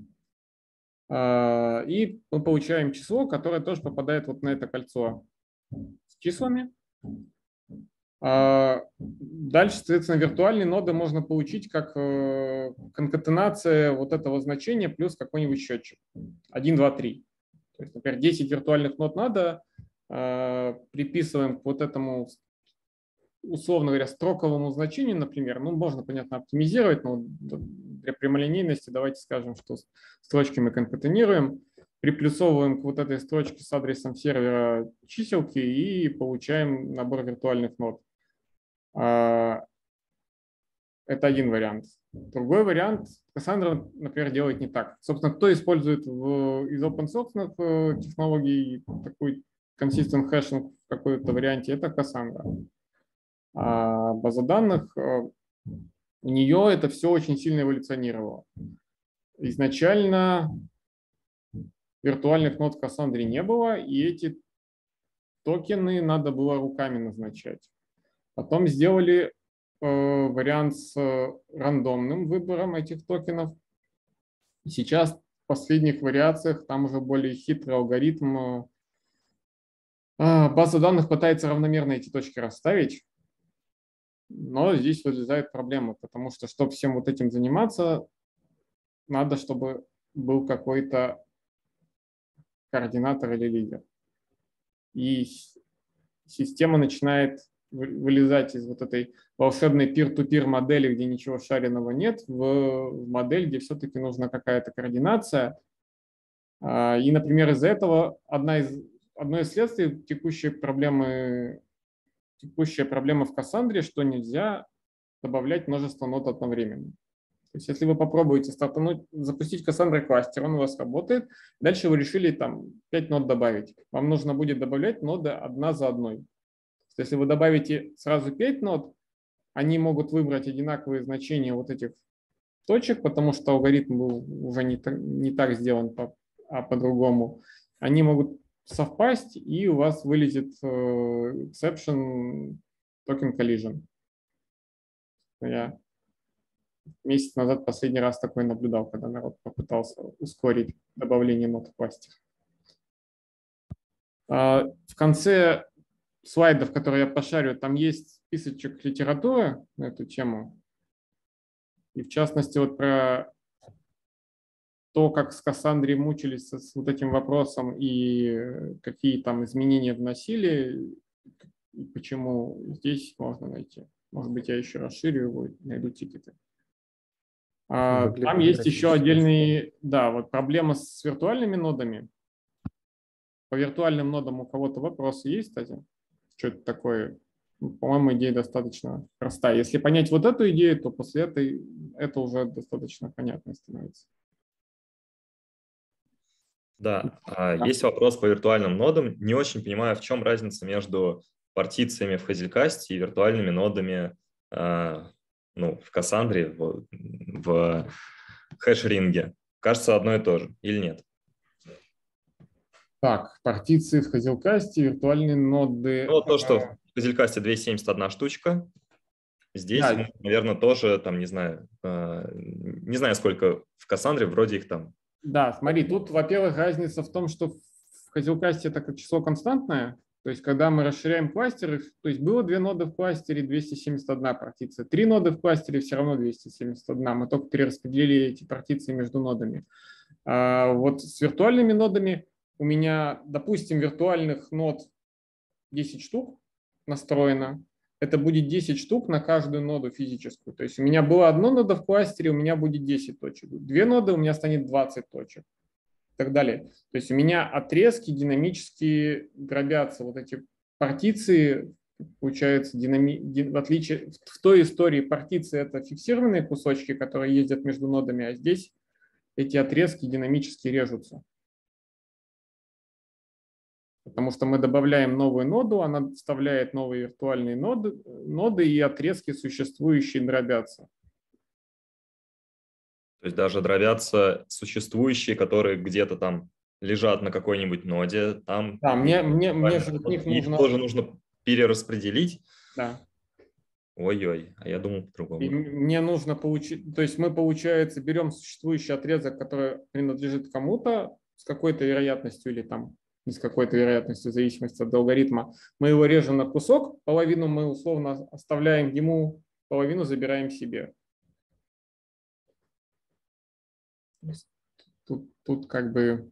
И мы получаем число, которое тоже попадает вот на это кольцо с числами. Дальше, соответственно, виртуальные ноды можно получить как конкатенация вот этого значения плюс какой-нибудь счетчик. один, два, три. То есть, например, десять виртуальных нод надо, приписываем к вот этому, условно говоря, строковому значению, например. Ну, можно, понятно, оптимизировать, но для прямолинейности давайте скажем, что строчки мы конкатенируем, приплюсовываем к вот этой строчке с адресом сервера чиселки и получаем набор виртуальных нод. Это один вариант. Другой вариант Cassandra, например, делает не так. Собственно, кто использует в, из open source технологий такой consistent hashing в какой-то варианте, это Cassandra. А база данных, у нее это все очень сильно эволюционировало. Изначально виртуальных нод в Cassandra не было, и эти токены надо было руками назначать. Потом сделали э, вариант с э, рандомным выбором этих токенов. Сейчас в последних вариациях там уже более хитрый алгоритм. Э, база данных пытается равномерно эти точки расставить, но здесь вылезает проблема, потому что, чтобы всем вот этим заниматься, надо, чтобы был какой-то координатор или лидер. И система начинает вылезать из вот этой волшебной peer-to-peer модели, где ничего шаренного нет, в модель, где все-таки нужна какая-то координация. И, например, из-за этого одна из, одно из следствий текущей проблемы, текущая проблема в Кассандре, что нельзя добавлять множество нод одновременно. То есть если вы попробуете стартануть, запустить Cassandra кластер, он у вас работает, дальше вы решили там пять нод добавить. Вам нужно будет добавлять ноды одна за одной. Если вы добавите сразу пять нод, они могут выбрать одинаковые значения вот этих точек, потому что алгоритм был уже не так, не так сделан, а по-другому. Они могут совпасть, и у вас вылезет exception token collision. Я месяц назад последний раз такой наблюдал, когда народ попытался ускорить добавление нод в кластер. В конце слайдов, которые я пошарю, там есть списочек литературы на эту тему. И в частности, вот про то, как с Кассандрой мучились с вот этим вопросом и какие там изменения вносили, и почему здесь можно найти. Может быть, я еще расширю его, найду тикеты. А, там есть еще отдельные, да, вот проблема с виртуальными нодами. По виртуальным нодам у кого-то вопросы есть, кстати? Что это такое? По-моему, идея достаточно простая. Если понять вот эту идею, то после этой это уже достаточно понятно становится. Да, есть вопрос по виртуальным нодам. Не очень понимаю, в чем разница между партициями в Hazelcast и виртуальными нодами ну, в Кассандре, в, в хэш-ринге. Кажется, одно и то же, или нет? Так, партиции в Hazelcast, виртуальные ноды. Ну, то, что в Hazelcast двести семьдесят одна штучка. Здесь, да. наверное, тоже, там, не знаю, не знаю, сколько в Кассандре, вроде их там. Да, смотри, тут, во-первых, разница в том, что в Hazelcast это как число константное. То есть, когда мы расширяем кластеры, то есть было две ноды в кластере, двести семьдесят одна партиция. Три ноды в кластере, все равно двести семьдесят одна. Мы только перераспределили эти партиции между нодами. А вот с виртуальными нодами у меня, допустим, виртуальных нод десять штук настроено. Это будет десять штук на каждую ноду физическую. То есть у меня была одна нода в кластере, у меня будет десять точек. Две ноды, у меня станет двадцать точек. И так далее. То есть у меня отрезки динамически дробятся. Вот эти партиции, получается, динами... в отличие в той истории партиции это фиксированные кусочки, которые ездят между нодами, а здесь эти отрезки динамически режутся. Потому что мы добавляем новую ноду, она вставляет новые виртуальные ноды, ноды и отрезки существующие дробятся. То есть даже дробятся существующие, которые где-то там лежат на какой-нибудь ноде. Там да, мне, мне, мне же от них их нужно... тоже нужно перераспределить. Да. Ой-ой, а я думал по-другому. И мне нужно получить... То есть мы, получается, берем существующий отрезок, который принадлежит кому-то с какой-то вероятностью или там не с какой-то вероятностью, в зависимости от алгоритма. Мы его режем на кусок, половину мы условно оставляем ему, половину забираем себе. Тут, тут как бы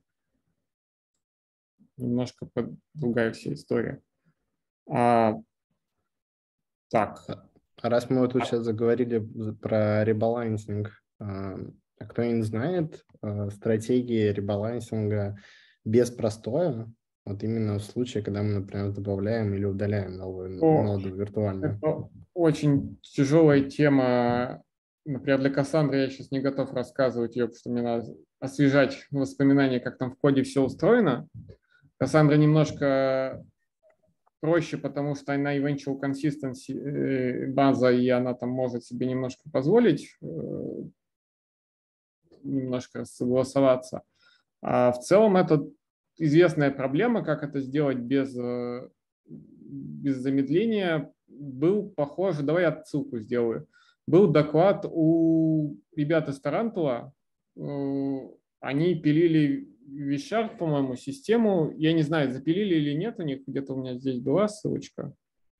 немножко другая вся история. А, так. Раз мы вот тут сейчас заговорили про ребалансинг, а кто-нибудь знает стратегии ребалансинга без простоя? Вот именно в случае, когда мы, например, добавляем или удаляем новую О, ноду виртуально. Это очень тяжелая тема. Например, для Кассандры я сейчас не готов рассказывать ее, потому что мне надо освежать воспоминания, как там в коде все устроено. Кассандра немножко проще, потому что она eventual consistency база, и она там может себе немножко позволить немножко согласоваться. А в целом это известная проблема, как это сделать без, без замедления. Был похож, давай я ссылку сделаю. Был доклад у ребят из Тарантула. Они пилили вещах, по-моему, систему. Я не знаю, запилили или нет у них. Где-то у меня здесь была ссылочка.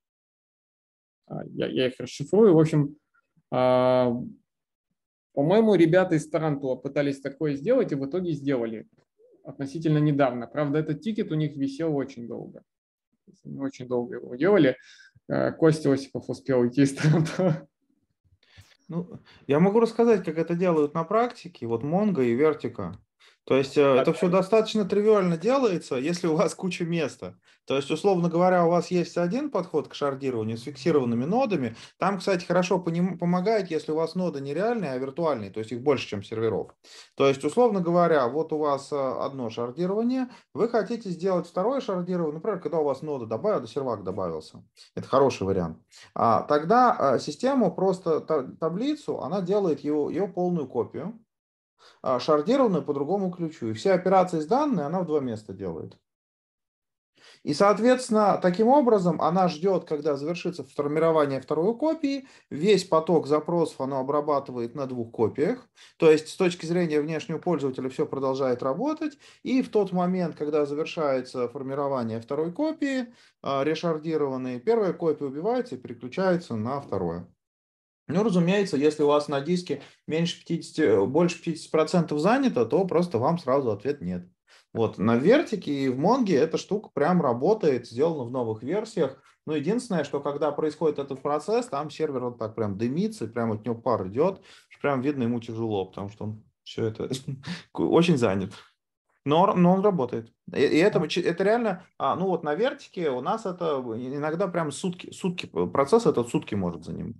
Я, я их расшифрую. В общем, по-моему, ребята из Тарантула пытались такое сделать и в итоге сделали относительно недавно. Правда, этот тикет у них висел очень долго. Они очень долго его делали. Костя Осипов успел уйти из Тарантула. Ну, я могу рассказать, как это делают на практике. Вот Mongo и Vertica. То есть это все достаточно тривиально делается, если у вас куча места. То есть, условно говоря, у вас есть один подход к шардированию с фиксированными нодами. Там, кстати, хорошо поним- помогает, если у вас ноды не реальные, а виртуальные, то есть их больше, чем серверов. То есть, условно говоря, вот у вас одно шардирование, вы хотите сделать второе шардирование, например, когда у вас нода добавила, сервак добавился. Это хороший вариант. А, тогда система просто таблицу, она делает ее, ее полную копию, шардированную по другому ключу. И все операции с данными она в два места делает. И, соответственно, таким образом она ждет, когда завершится формирование второй копии, весь поток запросов она обрабатывает на двух копиях, то есть с точки зрения внешнего пользователя все продолжает работать, и в тот момент, когда завершается формирование второй копии, решардированной, первая копия убивается и переключается на второе. Ну, разумеется, если у вас на диске меньше пятидесяти, больше пятидесяти процентов занято, то просто вам сразу ответ нет. Вот, на вертике и в Монге эта штука прям работает, сделана в новых версиях. Но единственное, что когда происходит этот процесс, там сервер вот так прям дымится, и прям от него пар идет, прям видно ему тяжело, потому что он все это очень занят. Но, но он работает. И, и это, это реально, а, ну вот на вертике у нас это иногда прям сутки, сутки, процесс этот сутки может занимать.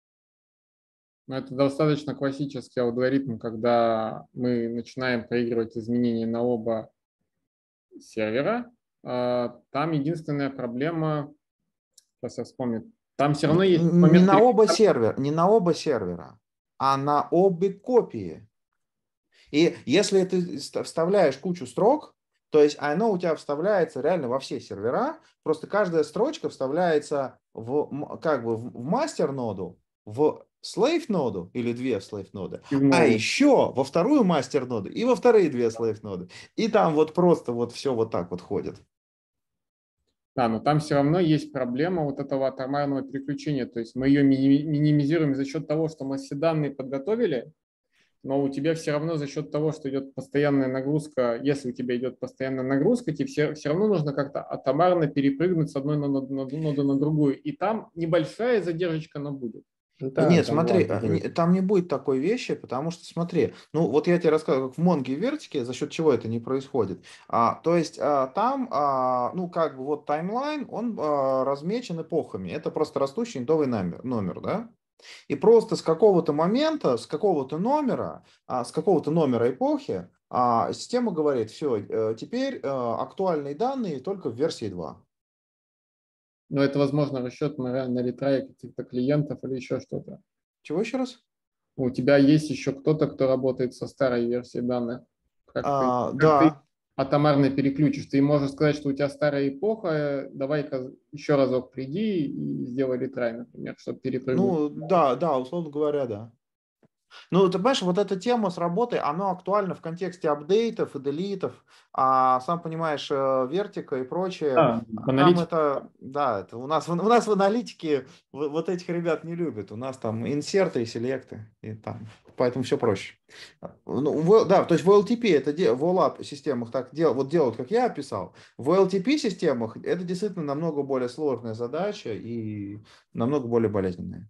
Но это достаточно классический алгоритм, когда мы начинаем проигрывать изменения на оба сервера. Там единственная проблема, сейчас я вспомню, там все равно есть момент... Не на оба сервера, не на оба сервера, а на обе копии. И если ты вставляешь кучу строк, то есть оно у тебя вставляется реально во все сервера, просто каждая строчка вставляется в, как бы в мастер-ноду, в слейв-ноду или две слейв-ноды, а еще во вторую мастер-ноду и во вторые две слейв-ноды. И там вот просто вот все вот так вот ходит. Да, но там все равно есть проблема вот этого атомарного переключения. То есть мы ее минимизируем за счет того, что мы все данные подготовили, но у тебя все равно за счет того, что идет постоянная нагрузка, если у тебя идет постоянная нагрузка, тебе все, все равно нужно как-то атомарно перепрыгнуть с одной ноды на, на, на, на другую. И там небольшая задержка, но будет. Да, Нет, там смотри, будет. Там не будет такой вещи, потому что, смотри, ну вот я тебе рассказываю, как в Монге и Вертике, за счет чего это не происходит. А, то есть а, там, а, ну как бы вот таймлайн, он а, размечен эпохами. Это просто растущий индовый номер, номер, да? И просто с какого-то момента, с какого-то номера, а, с какого-то номера эпохи а, система говорит, все, теперь а, актуальные данные только в версии два. Но это, возможно, расчет на, на ретрае каких-то клиентов или еще что-то. Чего еще раз? У тебя есть еще кто-то, кто работает со старой версией данных. Как а, ты, да. Как ты атомарно переключишь. Ты можешь сказать, что у тебя старая эпоха, давай-ка еще разок приди и сделай ретрай, например, чтобы перепрыгнуть. Ну, да, да, условно говоря, да. Ну, ты понимаешь, вот эта тема с работой, она актуальна в контексте апдейтов и делитов, а сам понимаешь, вертика и прочее, а, там это, да, это у нас, у нас в аналитике вот этих ребят не любят, у нас там инсерты и селекты, и там, поэтому все проще. Ну, в, да, то есть в эл ти пи, это в олап системах так дел, вот делают, как я описал, в эл ти пи системах это действительно намного более сложная задача и намного более болезненная.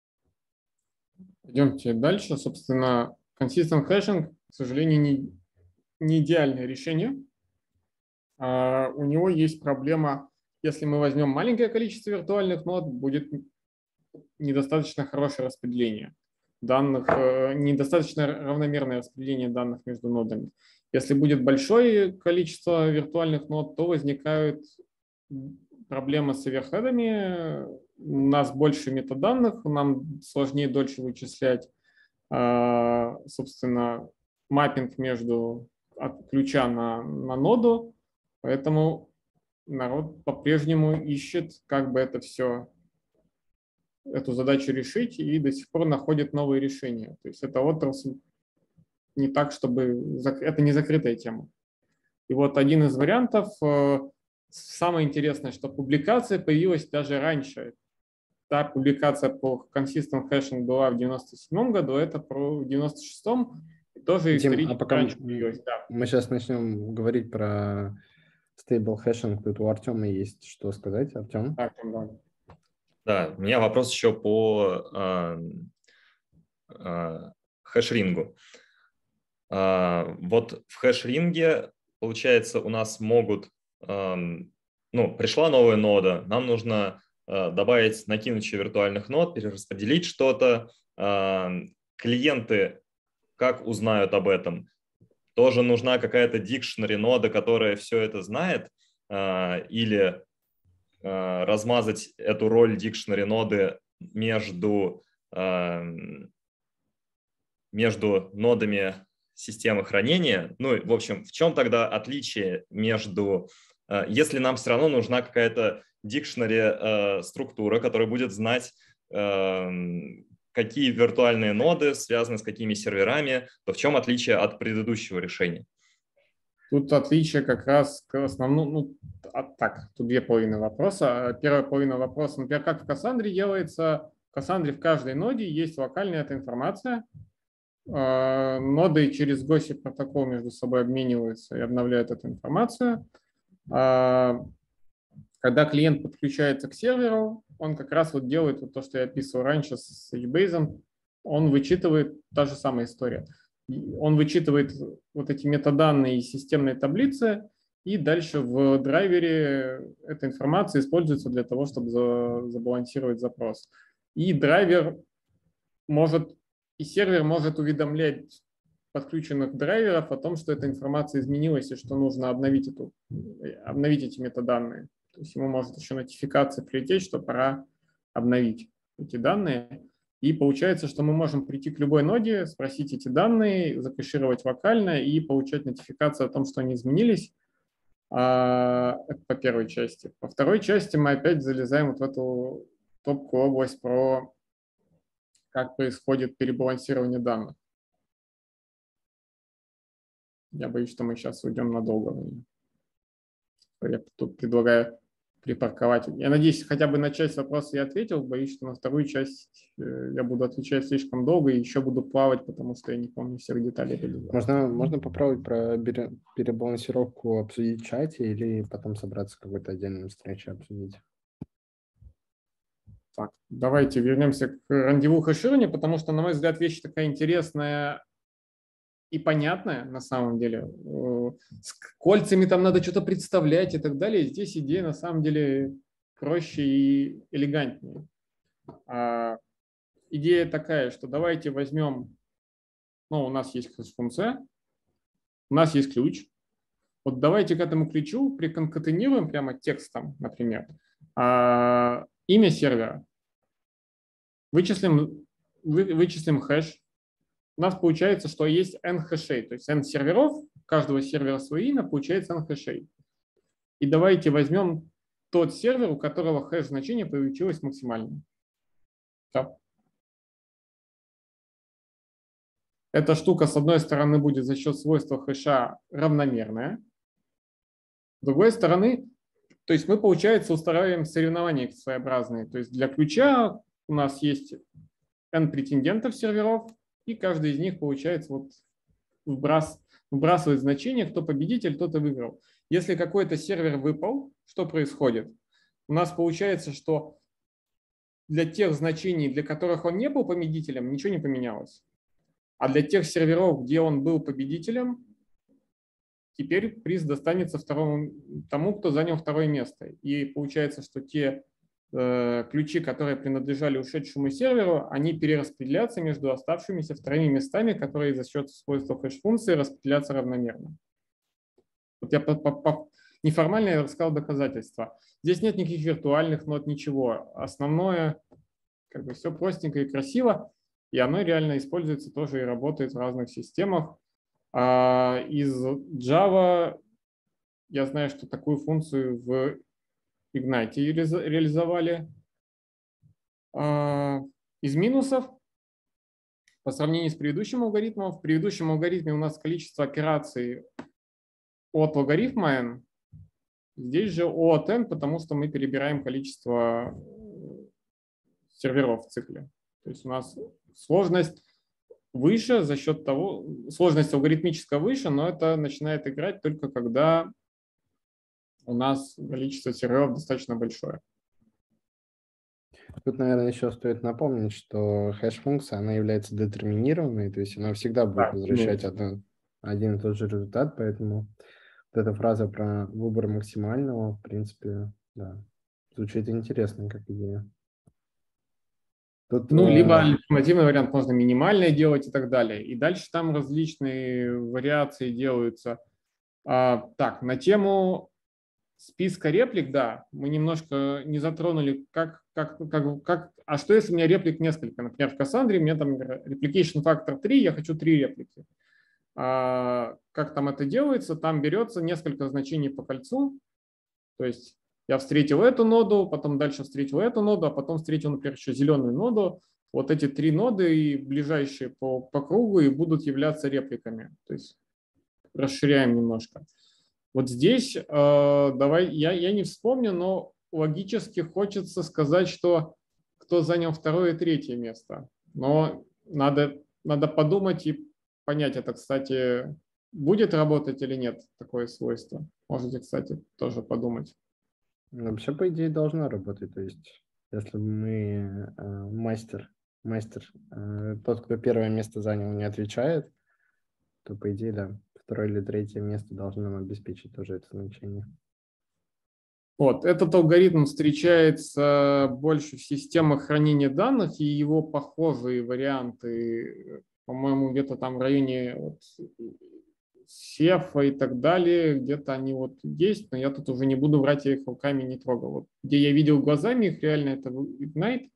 Идемте дальше. Собственно, consistent hashing, к сожалению, не, не идеальное решение. А у него есть проблема, если мы возьмем маленькое количество виртуальных нод, будет недостаточно хорошее распределение данных, недостаточно равномерное распределение данных между нодами. Если будет большое количество виртуальных нод, то возникают проблемы с оверхедами, у нас больше метаданных, нам сложнее дольше вычислять, собственно, маппинг между от ключа на, на ноду, поэтому народ по-прежнему ищет, как бы это все, эту задачу решить, и до сих пор находит новые решения. То есть это отрасль не так, чтобы... Это не закрытая тема. И вот один из вариантов, самое интересное, что публикация появилась даже раньше. Та публикация по consistent hashing была в девяносто седьмом году, это про девяносто шестом, тоже Дим, исторически а пока раньше мы, появилась. Да. Мы сейчас начнем говорить про stable hashing, тут у Артема есть что сказать. Артем? Артем, да. Да, у меня вопрос еще по э, э, хэшрингу. Вот в хэш-ринге, получается, у нас могут, ну, пришла новая нода, нам нужно добавить, накинуть еще виртуальных нод, перераспределить что-то. Клиенты как узнают об этом? Тоже нужна какая-то dictionary нода, которая все это знает, или размазать эту роль dictionary ноды между, между нодами системы хранения. Ну, в общем, в чем тогда отличие между, если нам все равно нужна какая-то dictionary структура, которая будет знать, какие виртуальные ноды связаны с какими серверами, то в чем отличие от предыдущего решения? Тут отличие как раз к основному, ну, а, так, тут две половины вопроса. Первая половина вопроса, например, как в Кассандре делается. В Кассандре в каждой ноде есть локальная эта информация. Ноды через госсип протокол между собой обмениваются и обновляют эту информацию. Когда клиент подключается к серверу, он как раз вот делает вот то, что я описывал раньше с HBase, он вычитывает та же самая история. Он вычитывает вот эти метаданные из системной таблицы, и дальше в драйвере эта информация используется для того, чтобы забалансировать запрос. И драйвер может, и сервер может уведомлять подключенных драйверов о том, что эта информация изменилась и что нужно обновить, эту, обновить эти метаданные. То есть ему может еще нотификация прилететь, что пора обновить эти данные. И получается, что мы можем прийти к любой ноде, спросить эти данные, закэшировать локально и получать нотификацию о том, что они изменились. Это по первой части. По второй части мы опять залезаем вот в эту топкую область про как происходит перебалансирование данных. Я боюсь, что мы сейчас уйдем надолго. Я тут предлагаю припарковать. Я надеюсь, хотя бы на часть вопроса я ответил. Боюсь, что на вторую часть я буду отвечать слишком долго и еще буду плавать, потому что я не помню всех деталей. Можно, можно попробовать про перебалансировку обсудить в чате или потом собраться в какой-то отдельной встрече обсудить? Так, давайте вернемся к рандеву хэширования, потому что, на мой взгляд, вещь такая интересная и понятная на самом деле. С кольцами там надо что-то представлять и так далее. Здесь идея на самом деле проще и элегантнее. А идея такая, что давайте возьмем, ну, у нас есть хэш-функция, у нас есть ключ. Вот давайте к этому ключу приконкатенируем прямо текстом, например, имя сервера. Вычислим, вы, вычислим хэш. У нас получается, что есть n хэшей, то есть n серверов, у каждого сервера свое имя, получается n хэшей. И давайте возьмем тот сервер, у которого хэш значение получилось максимально. Да. Эта штука, с одной стороны, будет за счет свойства хэша равномерная. С другой стороны, то есть мы, получается, устраиваем соревнования своеобразные. То есть для ключа у нас есть n претендентов серверов, и каждый из них, получается, вот вбрас, вбрасывает значение, кто победитель, кто-то выиграл. Если какой-то сервер выпал, что происходит? У нас получается, что для тех значений, для которых он не был победителем, ничего не поменялось. А для тех серверов, где он был победителем, теперь приз достанется второму, тому, кто занял второе место. И получается, что те э, ключи, которые принадлежали ушедшему серверу, они перераспределятся между оставшимися вторыми местами, которые за счет свойства хэш-функции распределятся равномерно. Вот я по, по, по, неформально я рассказал доказательства. Здесь нет никаких виртуальных нод, ничего. Основное, как бы все простенько и красиво, и оно реально используется тоже и работает в разных системах. Из Java я знаю, что такую функцию в Ignite реализовали. Из минусов, по сравнению с предыдущим алгоритмом, в предыдущем алгоритме у нас количество операций от логарифма n, здесь же O от n, потому что мы перебираем количество серверов в цикле. То есть у нас сложность выше за счет того, сложность алгоритмическая выше, но это начинает играть только когда у нас количество серверов достаточно большое. Тут, наверное, еще стоит напомнить, что хэш-функция, она является детерминированной, то есть она всегда будет да, возвращать одну, один и тот же результат, поэтому вот эта фраза про выбор максимального, в принципе, да, звучит интересно как идея. Тут, Ну, либо э, альтернативный вариант, можно минимальное делать и так далее. И дальше там различные вариации делаются. А, так, на тему списка реплик, да, мы немножко не затронули, как, как, как, как, а что если у меня реплик несколько? Например, в Cassandra у меня там replication factor три, я хочу три реплики. А, как там это делается? Там берется несколько значений по кольцу, то есть я встретил эту ноду, потом дальше встретил эту ноду, а потом встретил, например, еще зеленую ноду. Вот эти три ноды и ближайшие по, по кругу и будут являться репликами. То есть расширяем немножко. Вот здесь э, давай, я, я не вспомню, но логически хочется сказать, что кто занял второе и третье место. Но надо, надо подумать и понять это, кстати, будет работать или нет такое свойство. Можете, кстати, тоже подумать. вообще, по идее, должна работать. То есть, если мы э, мастер, мастер, э, тот, кто первое место занял, не отвечает, то, по идее, да, второе или третье место должно нам обеспечить тоже это значение. Вот, этот алгоритм встречается больше в системах хранения данных, и его похожие варианты, по-моему, где-то там в районе вот сефа и так далее, где-то они вот есть, но я тут уже не буду врать, я их руками не трогал. Вот, где я видел глазами их, реально это Ignite,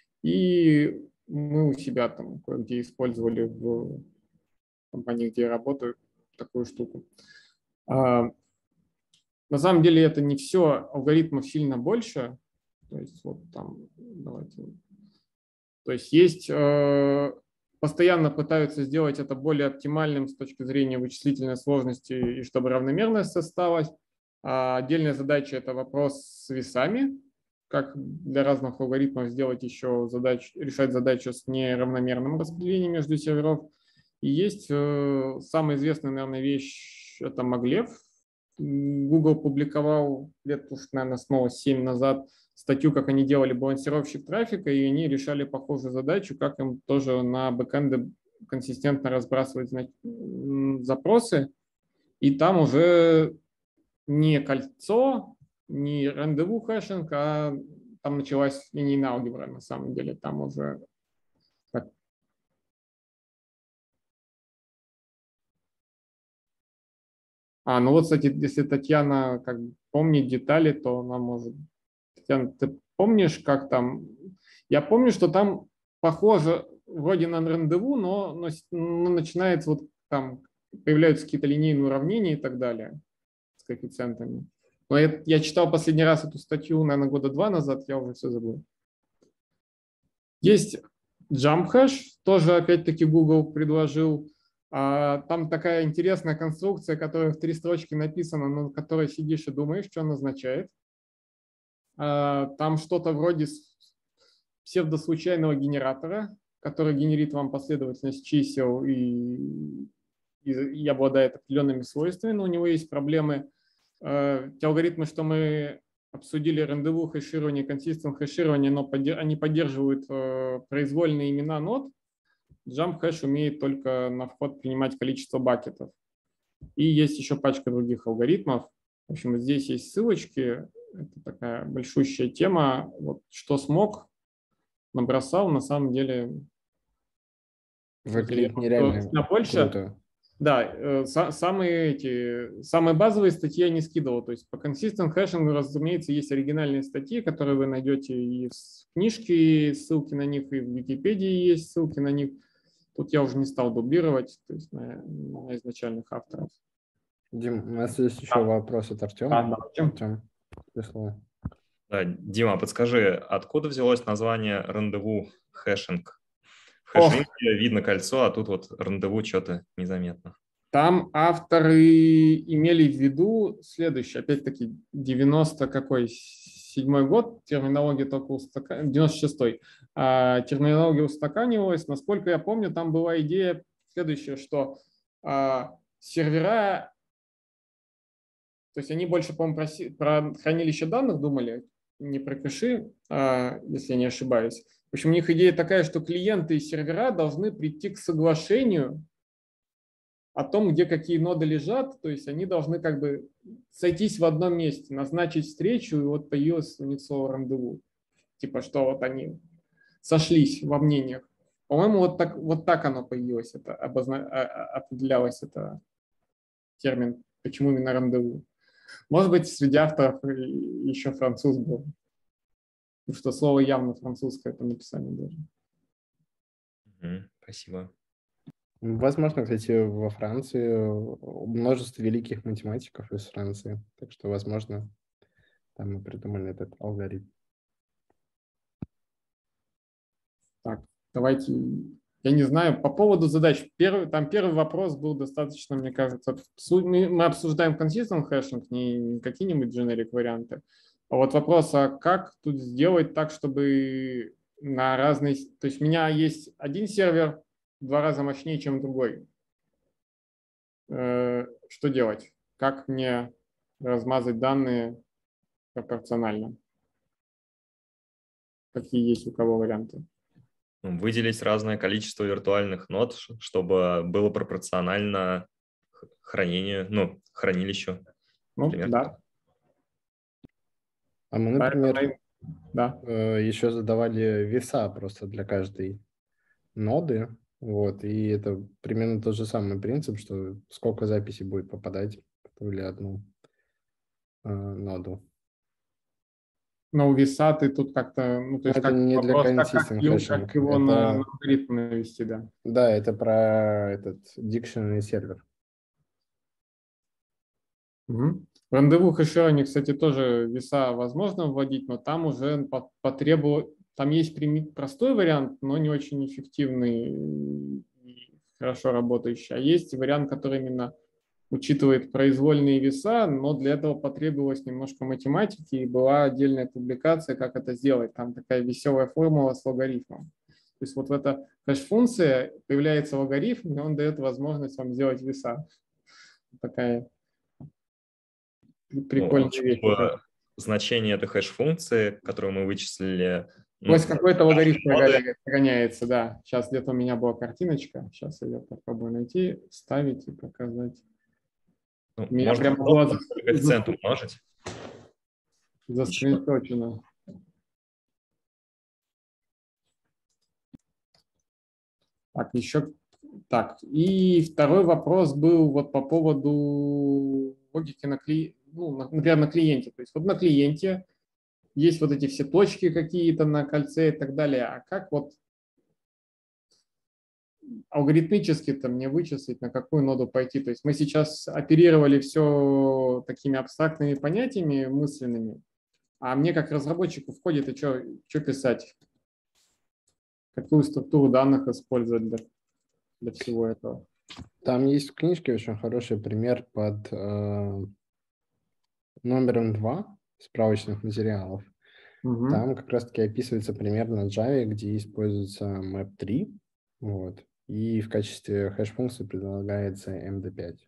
и мы у себя там кое-где использовали в компании, где я работаю, такую штуку. На самом деле это не все, алгоритмов сильно больше. То есть вот там, давайте. То есть есть, э, постоянно пытаются сделать это более оптимальным с точки зрения вычислительной сложности и чтобы равномерность осталась. А отдельная задача – это вопрос с весами. Как для разных алгоритмов сделать еще задач, решать задачу с неравномерным распределением между серверов. И есть э, самая известная, наверное, вещь – это Maglev. Google публиковал лет, уж, наверное, снова семь назад статью, как они делали балансировщик трафика, и они решали похожую задачу, как им тоже на бэкэнды консистентно разбрасывать запросы. И там уже не кольцо, не рандеву хэшинг, а там началась линейная алгебра на самом деле. Там уже... А, ну вот, кстати, если Татьяна как помнит детали, то она может... Татьяна, ты помнишь, как там... Я помню, что там похоже вроде на рандеву, но, но, но начинается вот там, появляются какие-то линейные уравнения и так далее с коэффициентами. Но я, я читал последний раз эту статью, наверное, года два назад, я уже все забыл. Есть Jump Hash, тоже опять-таки Google предложил. Там такая интересная конструкция, которая в три строчки написана, но на которой сидишь и думаешь, что она означает. Там что-то вроде псевдослучайного генератора, который генерит вам последовательность чисел и, и, и обладает определенными свойствами, но у него есть проблемы. Те алгоритмы, что мы обсудили, рандеву хэширование, консистент хэширование, но они поддерживают произвольные имена нод. Jump Hash умеет только на вход принимать количество бакетов. И есть еще пачка других алгоритмов. В общем, здесь есть ссылочки. Это такая большущая тема. Вот что смог, набросал, на самом деле... Выглядит нереально больше. круто. Да, самые, эти, самые базовые статьи я не скидывал. То есть по consistent хэшингу, разумеется, есть оригинальные статьи, которые вы найдете и в книжке, ссылки на них, и в Википедии есть ссылки на них. Тут я уже не стал дублировать, то есть на, на изначальных авторов. Дим, у нас есть еще а. вопрос от Артема. А, да. Артем, слово. Да, Дима, подскажи, откуда взялось название рандеву хэшинг? В хэшинге видно кольцо, а тут вот рандеву что-то незаметно. Там авторы имели в виду следующее, опять-таки девяносто какой седьмой год, терминология только устаканивалась, девяносто шестой, а, терминология устаканивалась. Насколько я помню, там была идея следующая, что а, сервера, то есть они больше, по-моему, про, про хранилище данных думали, не про кэши, а, если я не ошибаюсь. В общем, у них идея такая, что клиенты и сервера должны прийти к соглашению о том, где какие ноды лежат, то есть они должны как бы сойтись в одном месте, назначить встречу, и вот появилось у них слово рандеву. Типа, что вот они сошлись во мнениях. По-моему, вот так, вот так оно появилось, это обозна... определялось, это термин, почему именно рандеву. Может быть, среди авторов еще француз был. Потому что слово явно французское по написанию даже. Mm-hmm. Спасибо. Возможно, кстати, во Франции множество великих математиков из Франции. Так что, возможно, там мы придумали этот алгоритм. Так, давайте, я не знаю, по поводу задач. Первый, там первый вопрос был достаточно, мне кажется, мы обсуждаем consistent хэшинг, не какие-нибудь generic варианты. А вот вопрос, а как тут сделать так, чтобы на разные... То есть у меня есть один сервер в два раза мощнее, чем другой. Что делать? Как мне размазать данные пропорционально? Какие есть у кого варианты? Выделить разное количество виртуальных нод, чтобы было пропорционально хранению, ну, хранилищу. Ну, например. да. А мы, например, да. еще задавали веса просто для каждой ноды. Вот, и это примерно тот же самый принцип, что сколько записей будет попадать в ту или одну э, ноду. Но у веса ты тут как-то, ну, то есть это как не вопрос, для как, как, его, как его это, на, на алгоритм навести, да. Да, это про этот dictionary сервер. Угу. В рандеву хэширование, кстати, тоже веса возможно вводить, но там уже потребовал, там есть простой вариант, но не очень эффективный и хорошо работающий. А есть вариант, который именно учитывает произвольные веса, но для этого потребовалось немножко математики, и была отдельная публикация, как это сделать. Там такая веселая формула с логарифмом. То есть вот в эта хэш-функция появляется логарифм, и он дает возможность вам сделать веса. Такая прикольная ну, вещь. Значение этой хэш-функции, которую мы вычислили... То есть ну, какой-то логарифм прогоняется, да. Сейчас где-то у меня была картиночка. Сейчас я ее попробую найти, вставить и показать. Ну, меня можно прямо было за... коэффициент умножить. Заскринчено. Так, еще... Так, и второй вопрос был вот по поводу логики на клиенте, ну, например, на клиенте. То есть вот на клиенте есть вот эти все точки какие-то на кольце и так далее. А как вот алгоритмически-то мне вычислить, на какую ноду пойти? То есть мы сейчас оперировали все такими абстрактными понятиями мысленными, а мне как разработчику входит, и что, что писать? Какую структуру данных использовать для, для всего этого? Там есть в книжке очень хороший пример под э, номером два справочных материалов. Угу. Там как раз-таки описывается пример на Java, где используется мэп три, вот, и в качестве хэш-функции предлагается эм ди пять.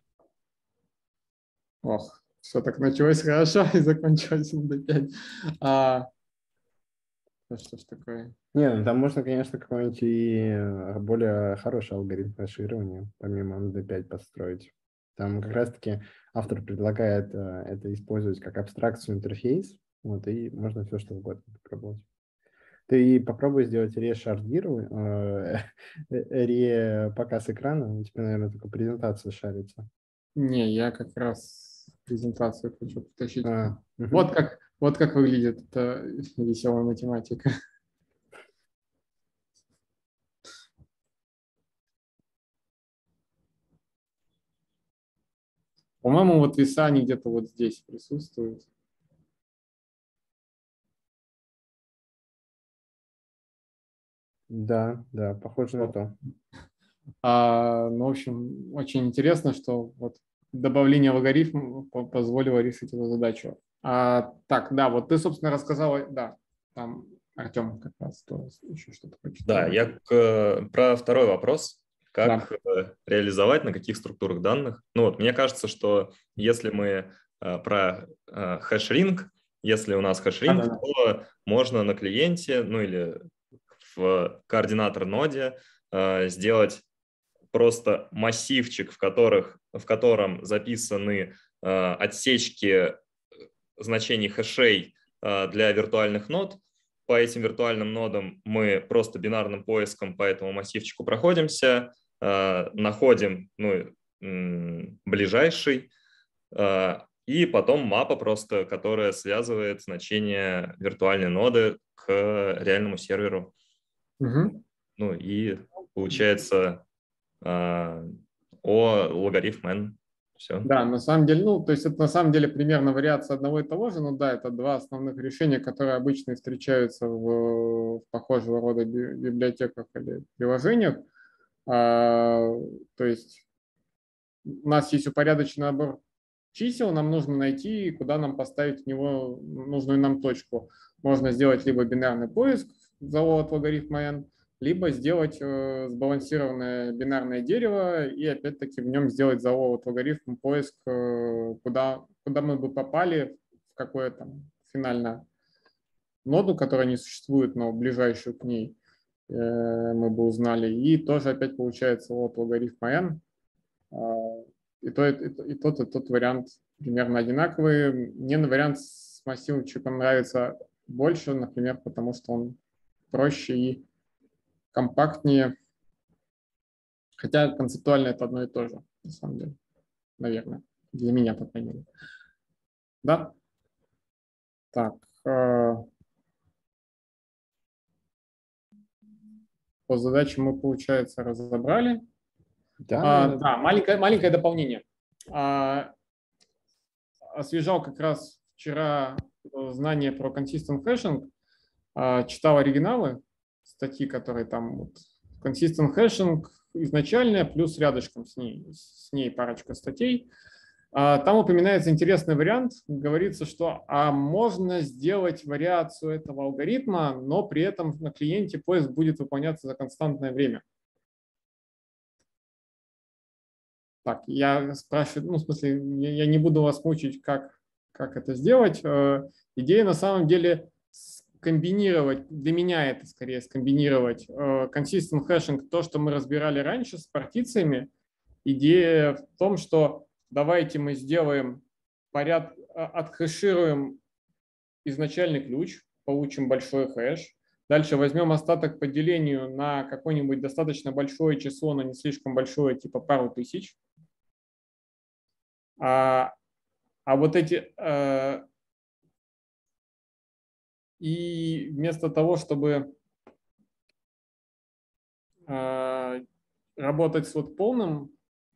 Ох, все так началось хорошо и закончилось эм ди пять. А... Что ж такое? Не, ну там можно, конечно, какой-нибудь и более хороший алгоритм хэширования, помимо эм ди пять, построить. Там как раз-таки автор предлагает э, это использовать как абстракцию интерфейс, вот, и можно все, что угодно попробовать. Ты попробуй сделать ре-шардирование, э, ре-показ экрана, у тебя, наверное, только презентация шарится. Не, я как раз презентацию хочу потащить. А, вот, угу. как, вот как выглядит эта веселая математика. По-моему, вот веса они где-то вот здесь присутствуют. Да, да, похоже вот. на то. А, ну, в общем, очень интересно, что вот добавление логарифма позволило решить эту задачу. А, так, да, вот ты, собственно, рассказал, да, там Артем как раз то, еще что-то хочет. Да, я к, про второй вопрос. Как да. реализовать, на каких структурах данных? Ну вот, мне кажется, что если мы э, про э, хэш-ринг, если у нас хэш-ринг, да, да, то да. можно на клиенте, ну или в координатор ноде э, сделать просто массивчик, в, которых, в котором записаны э, отсечки значений хэшей э, для виртуальных нод. По этим виртуальным нодам мы просто бинарным поиском по этому массивчику проходимся, э, находим ну, м, ближайший, э, и потом мапа просто, которая связывает значение виртуальной ноды к реальному серверу. Угу. Ну и получается э, о логарифм n. Все. Да, на самом деле, ну, то есть это на самом деле примерно вариация одного и того же, но да, это два основных решения, которые обычно встречаются в, в похожего рода би- библиотеках или приложениях. А, то есть у нас есть упорядоченный набор чисел, нам нужно найти, куда нам поставить в него нужную нам точку. Можно сделать либо бинарный поиск за от логарифма n, либо сделать э, сбалансированное бинарное дерево и опять-таки в нем сделать за от логарифм поиск, э, куда, куда мы бы попали, в какое там финальное ноду, которая не существует, но ближайшую к ней э, мы бы узнали. И тоже опять получается от логарифма n. И, то, и, и тот, и тот вариант примерно одинаковые. Мне вариант с массивчиком нравится больше, например, потому что он проще и компактнее. Хотя концептуально это одно и то же, на самом деле. Наверное. Для меня, по крайней мере. Да? Так. По задаче мы, получается, разобрали. Да, А, да, маленькое, маленькое дополнение. А, освежал как раз вчера знания про consistent hashing, а, читал оригиналы, статьи, которые там вот, consistent hashing изначальная, плюс рядышком с ней, с ней парочка статей. А, там упоминается интересный вариант. Говорится, что а можно сделать вариацию этого алгоритма, но при этом на клиенте поиск будет выполняться за константное время. Так, я спрашиваю, ну, в смысле, я не буду вас мучить, как, как это сделать. Идея на самом деле скомбинировать, для меня это скорее скомбинировать consistent hashing, то, что мы разбирали раньше с партициями. Идея в том, что давайте мы сделаем порядок, отхэшируем изначальный ключ, получим большой хэш. Дальше возьмем остаток по делению на какое-нибудь достаточно большое число, но не слишком большое, типа пару тысяч. А, а вот эти... А, и вместо того, чтобы а, работать с вот полным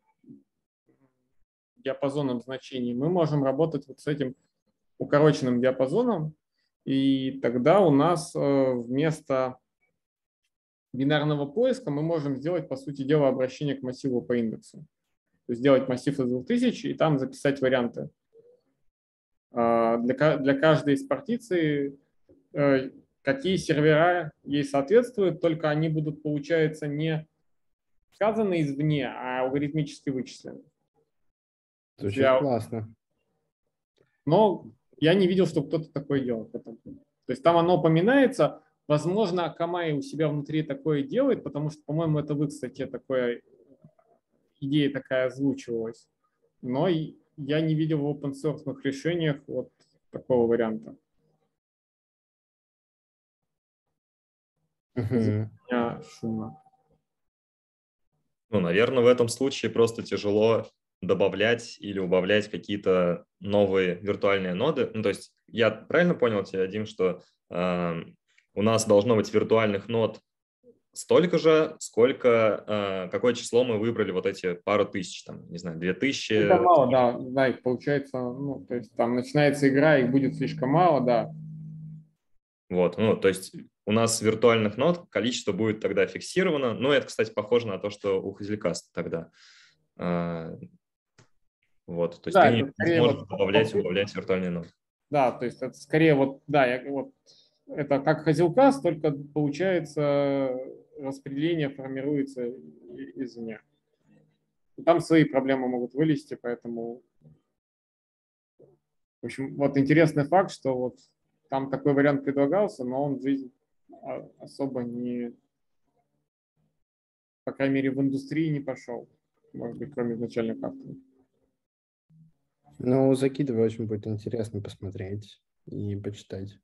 диапазоном значений, мы можем работать вот с этим укороченным диапазоном. И тогда у нас вместо бинарного поиска мы можем сделать, по сути дела, обращение к массиву по индексу. То есть сделать массив из двух тысяч и там записать варианты. Для, для каждой из партиций какие сервера ей соответствуют, только они будут, получается, не сказаны извне, а алгоритмически вычислены. Звучит Я... классно. Но я не видел, чтобы кто-то такое делал. То есть там оно упоминается. Возможно, Akamai у себя внутри такое делает, потому что, по-моему, это в их статье такое, идея такая озвучивалась. Но я не видел в open-source решениях вот такого варианта. Uh-huh. Шумно. Ну, наверное, в этом случае просто тяжело добавлять или убавлять какие-то новые виртуальные ноды. Ну, то есть я правильно понял тебя, Дим, что э, у нас должно быть виртуальных нод столько же, сколько, э, какое число мы выбрали, вот эти пару тысяч, там, не знаю, две тысячи. Это мало, да, да, их получается, ну, то есть там начинается игра, их будет слишком мало, да. Вот, ну, то есть у нас виртуальных нод количество будет тогда фиксировано. Ну, это, кстати, похоже на то, что у Hazelcast тогда. Вот, то есть да, ты не сможешь вот добавлять и убавлять виртуальные ноды. Да, то есть это скорее вот, да, я, вот это как Hazelcast, только получается распределение формируется извне. И там свои проблемы могут вылезти, поэтому, в общем, вот интересный факт, что вот там такой вариант предлагался, но он в жизнь особо не по крайней мере, в индустрии не пошел. Может быть, кроме изначальных авторов. Ну, закидывай, очень будет интересно посмотреть и почитать.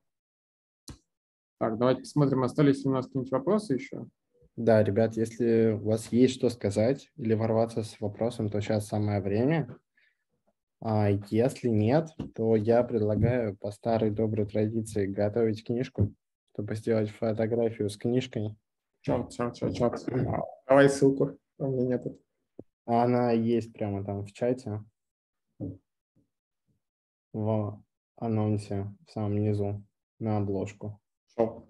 Так, давайте посмотрим, остались ли у нас какие-нибудь вопросы еще. Да, ребят, если у вас есть что сказать или ворваться с вопросом, то сейчас самое время. А если нет, то я предлагаю по старой доброй традиции готовить книжку, чтобы сделать фотографию с книжкой. Черт, черт, черт, черт. А, давай ссылку. У меня нет. Она есть прямо там в чате, в анонсе, в самом низу, на обложку. Шел.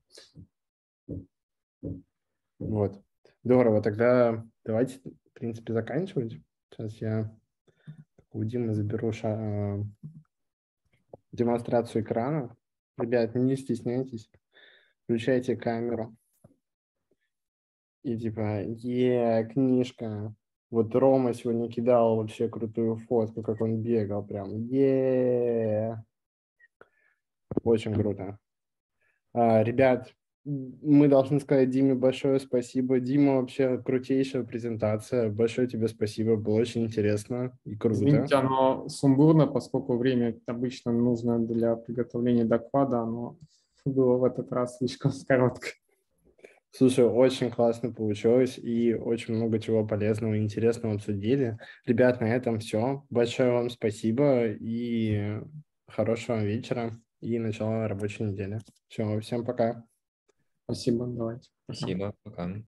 Вот. Здорово, тогда давайте, в принципе, заканчивать. Сейчас я у Димы заберу ша- демонстрацию экрана. Ребят, не стесняйтесь, включайте камеру. И типа, е, книжка. Вот Рома сегодня кидал вообще крутую фотку, как он бегал прям. Е, очень круто. А, ребят, мы должны сказать Диме большое спасибо. Дима, вообще крутейшая презентация. Большое тебе спасибо, было очень интересно и круто. Извините, оно сумбурно, поскольку время обычно нужно для приготовления доклада, оно было в этот раз слишком короткое. Слушай, очень классно получилось и очень много чего полезного и интересного обсудили. Ребят, на этом все. Большое вам спасибо и хорошего вечера и начала рабочей недели. Все, всем пока. Спасибо, давайте. Спасибо, пока.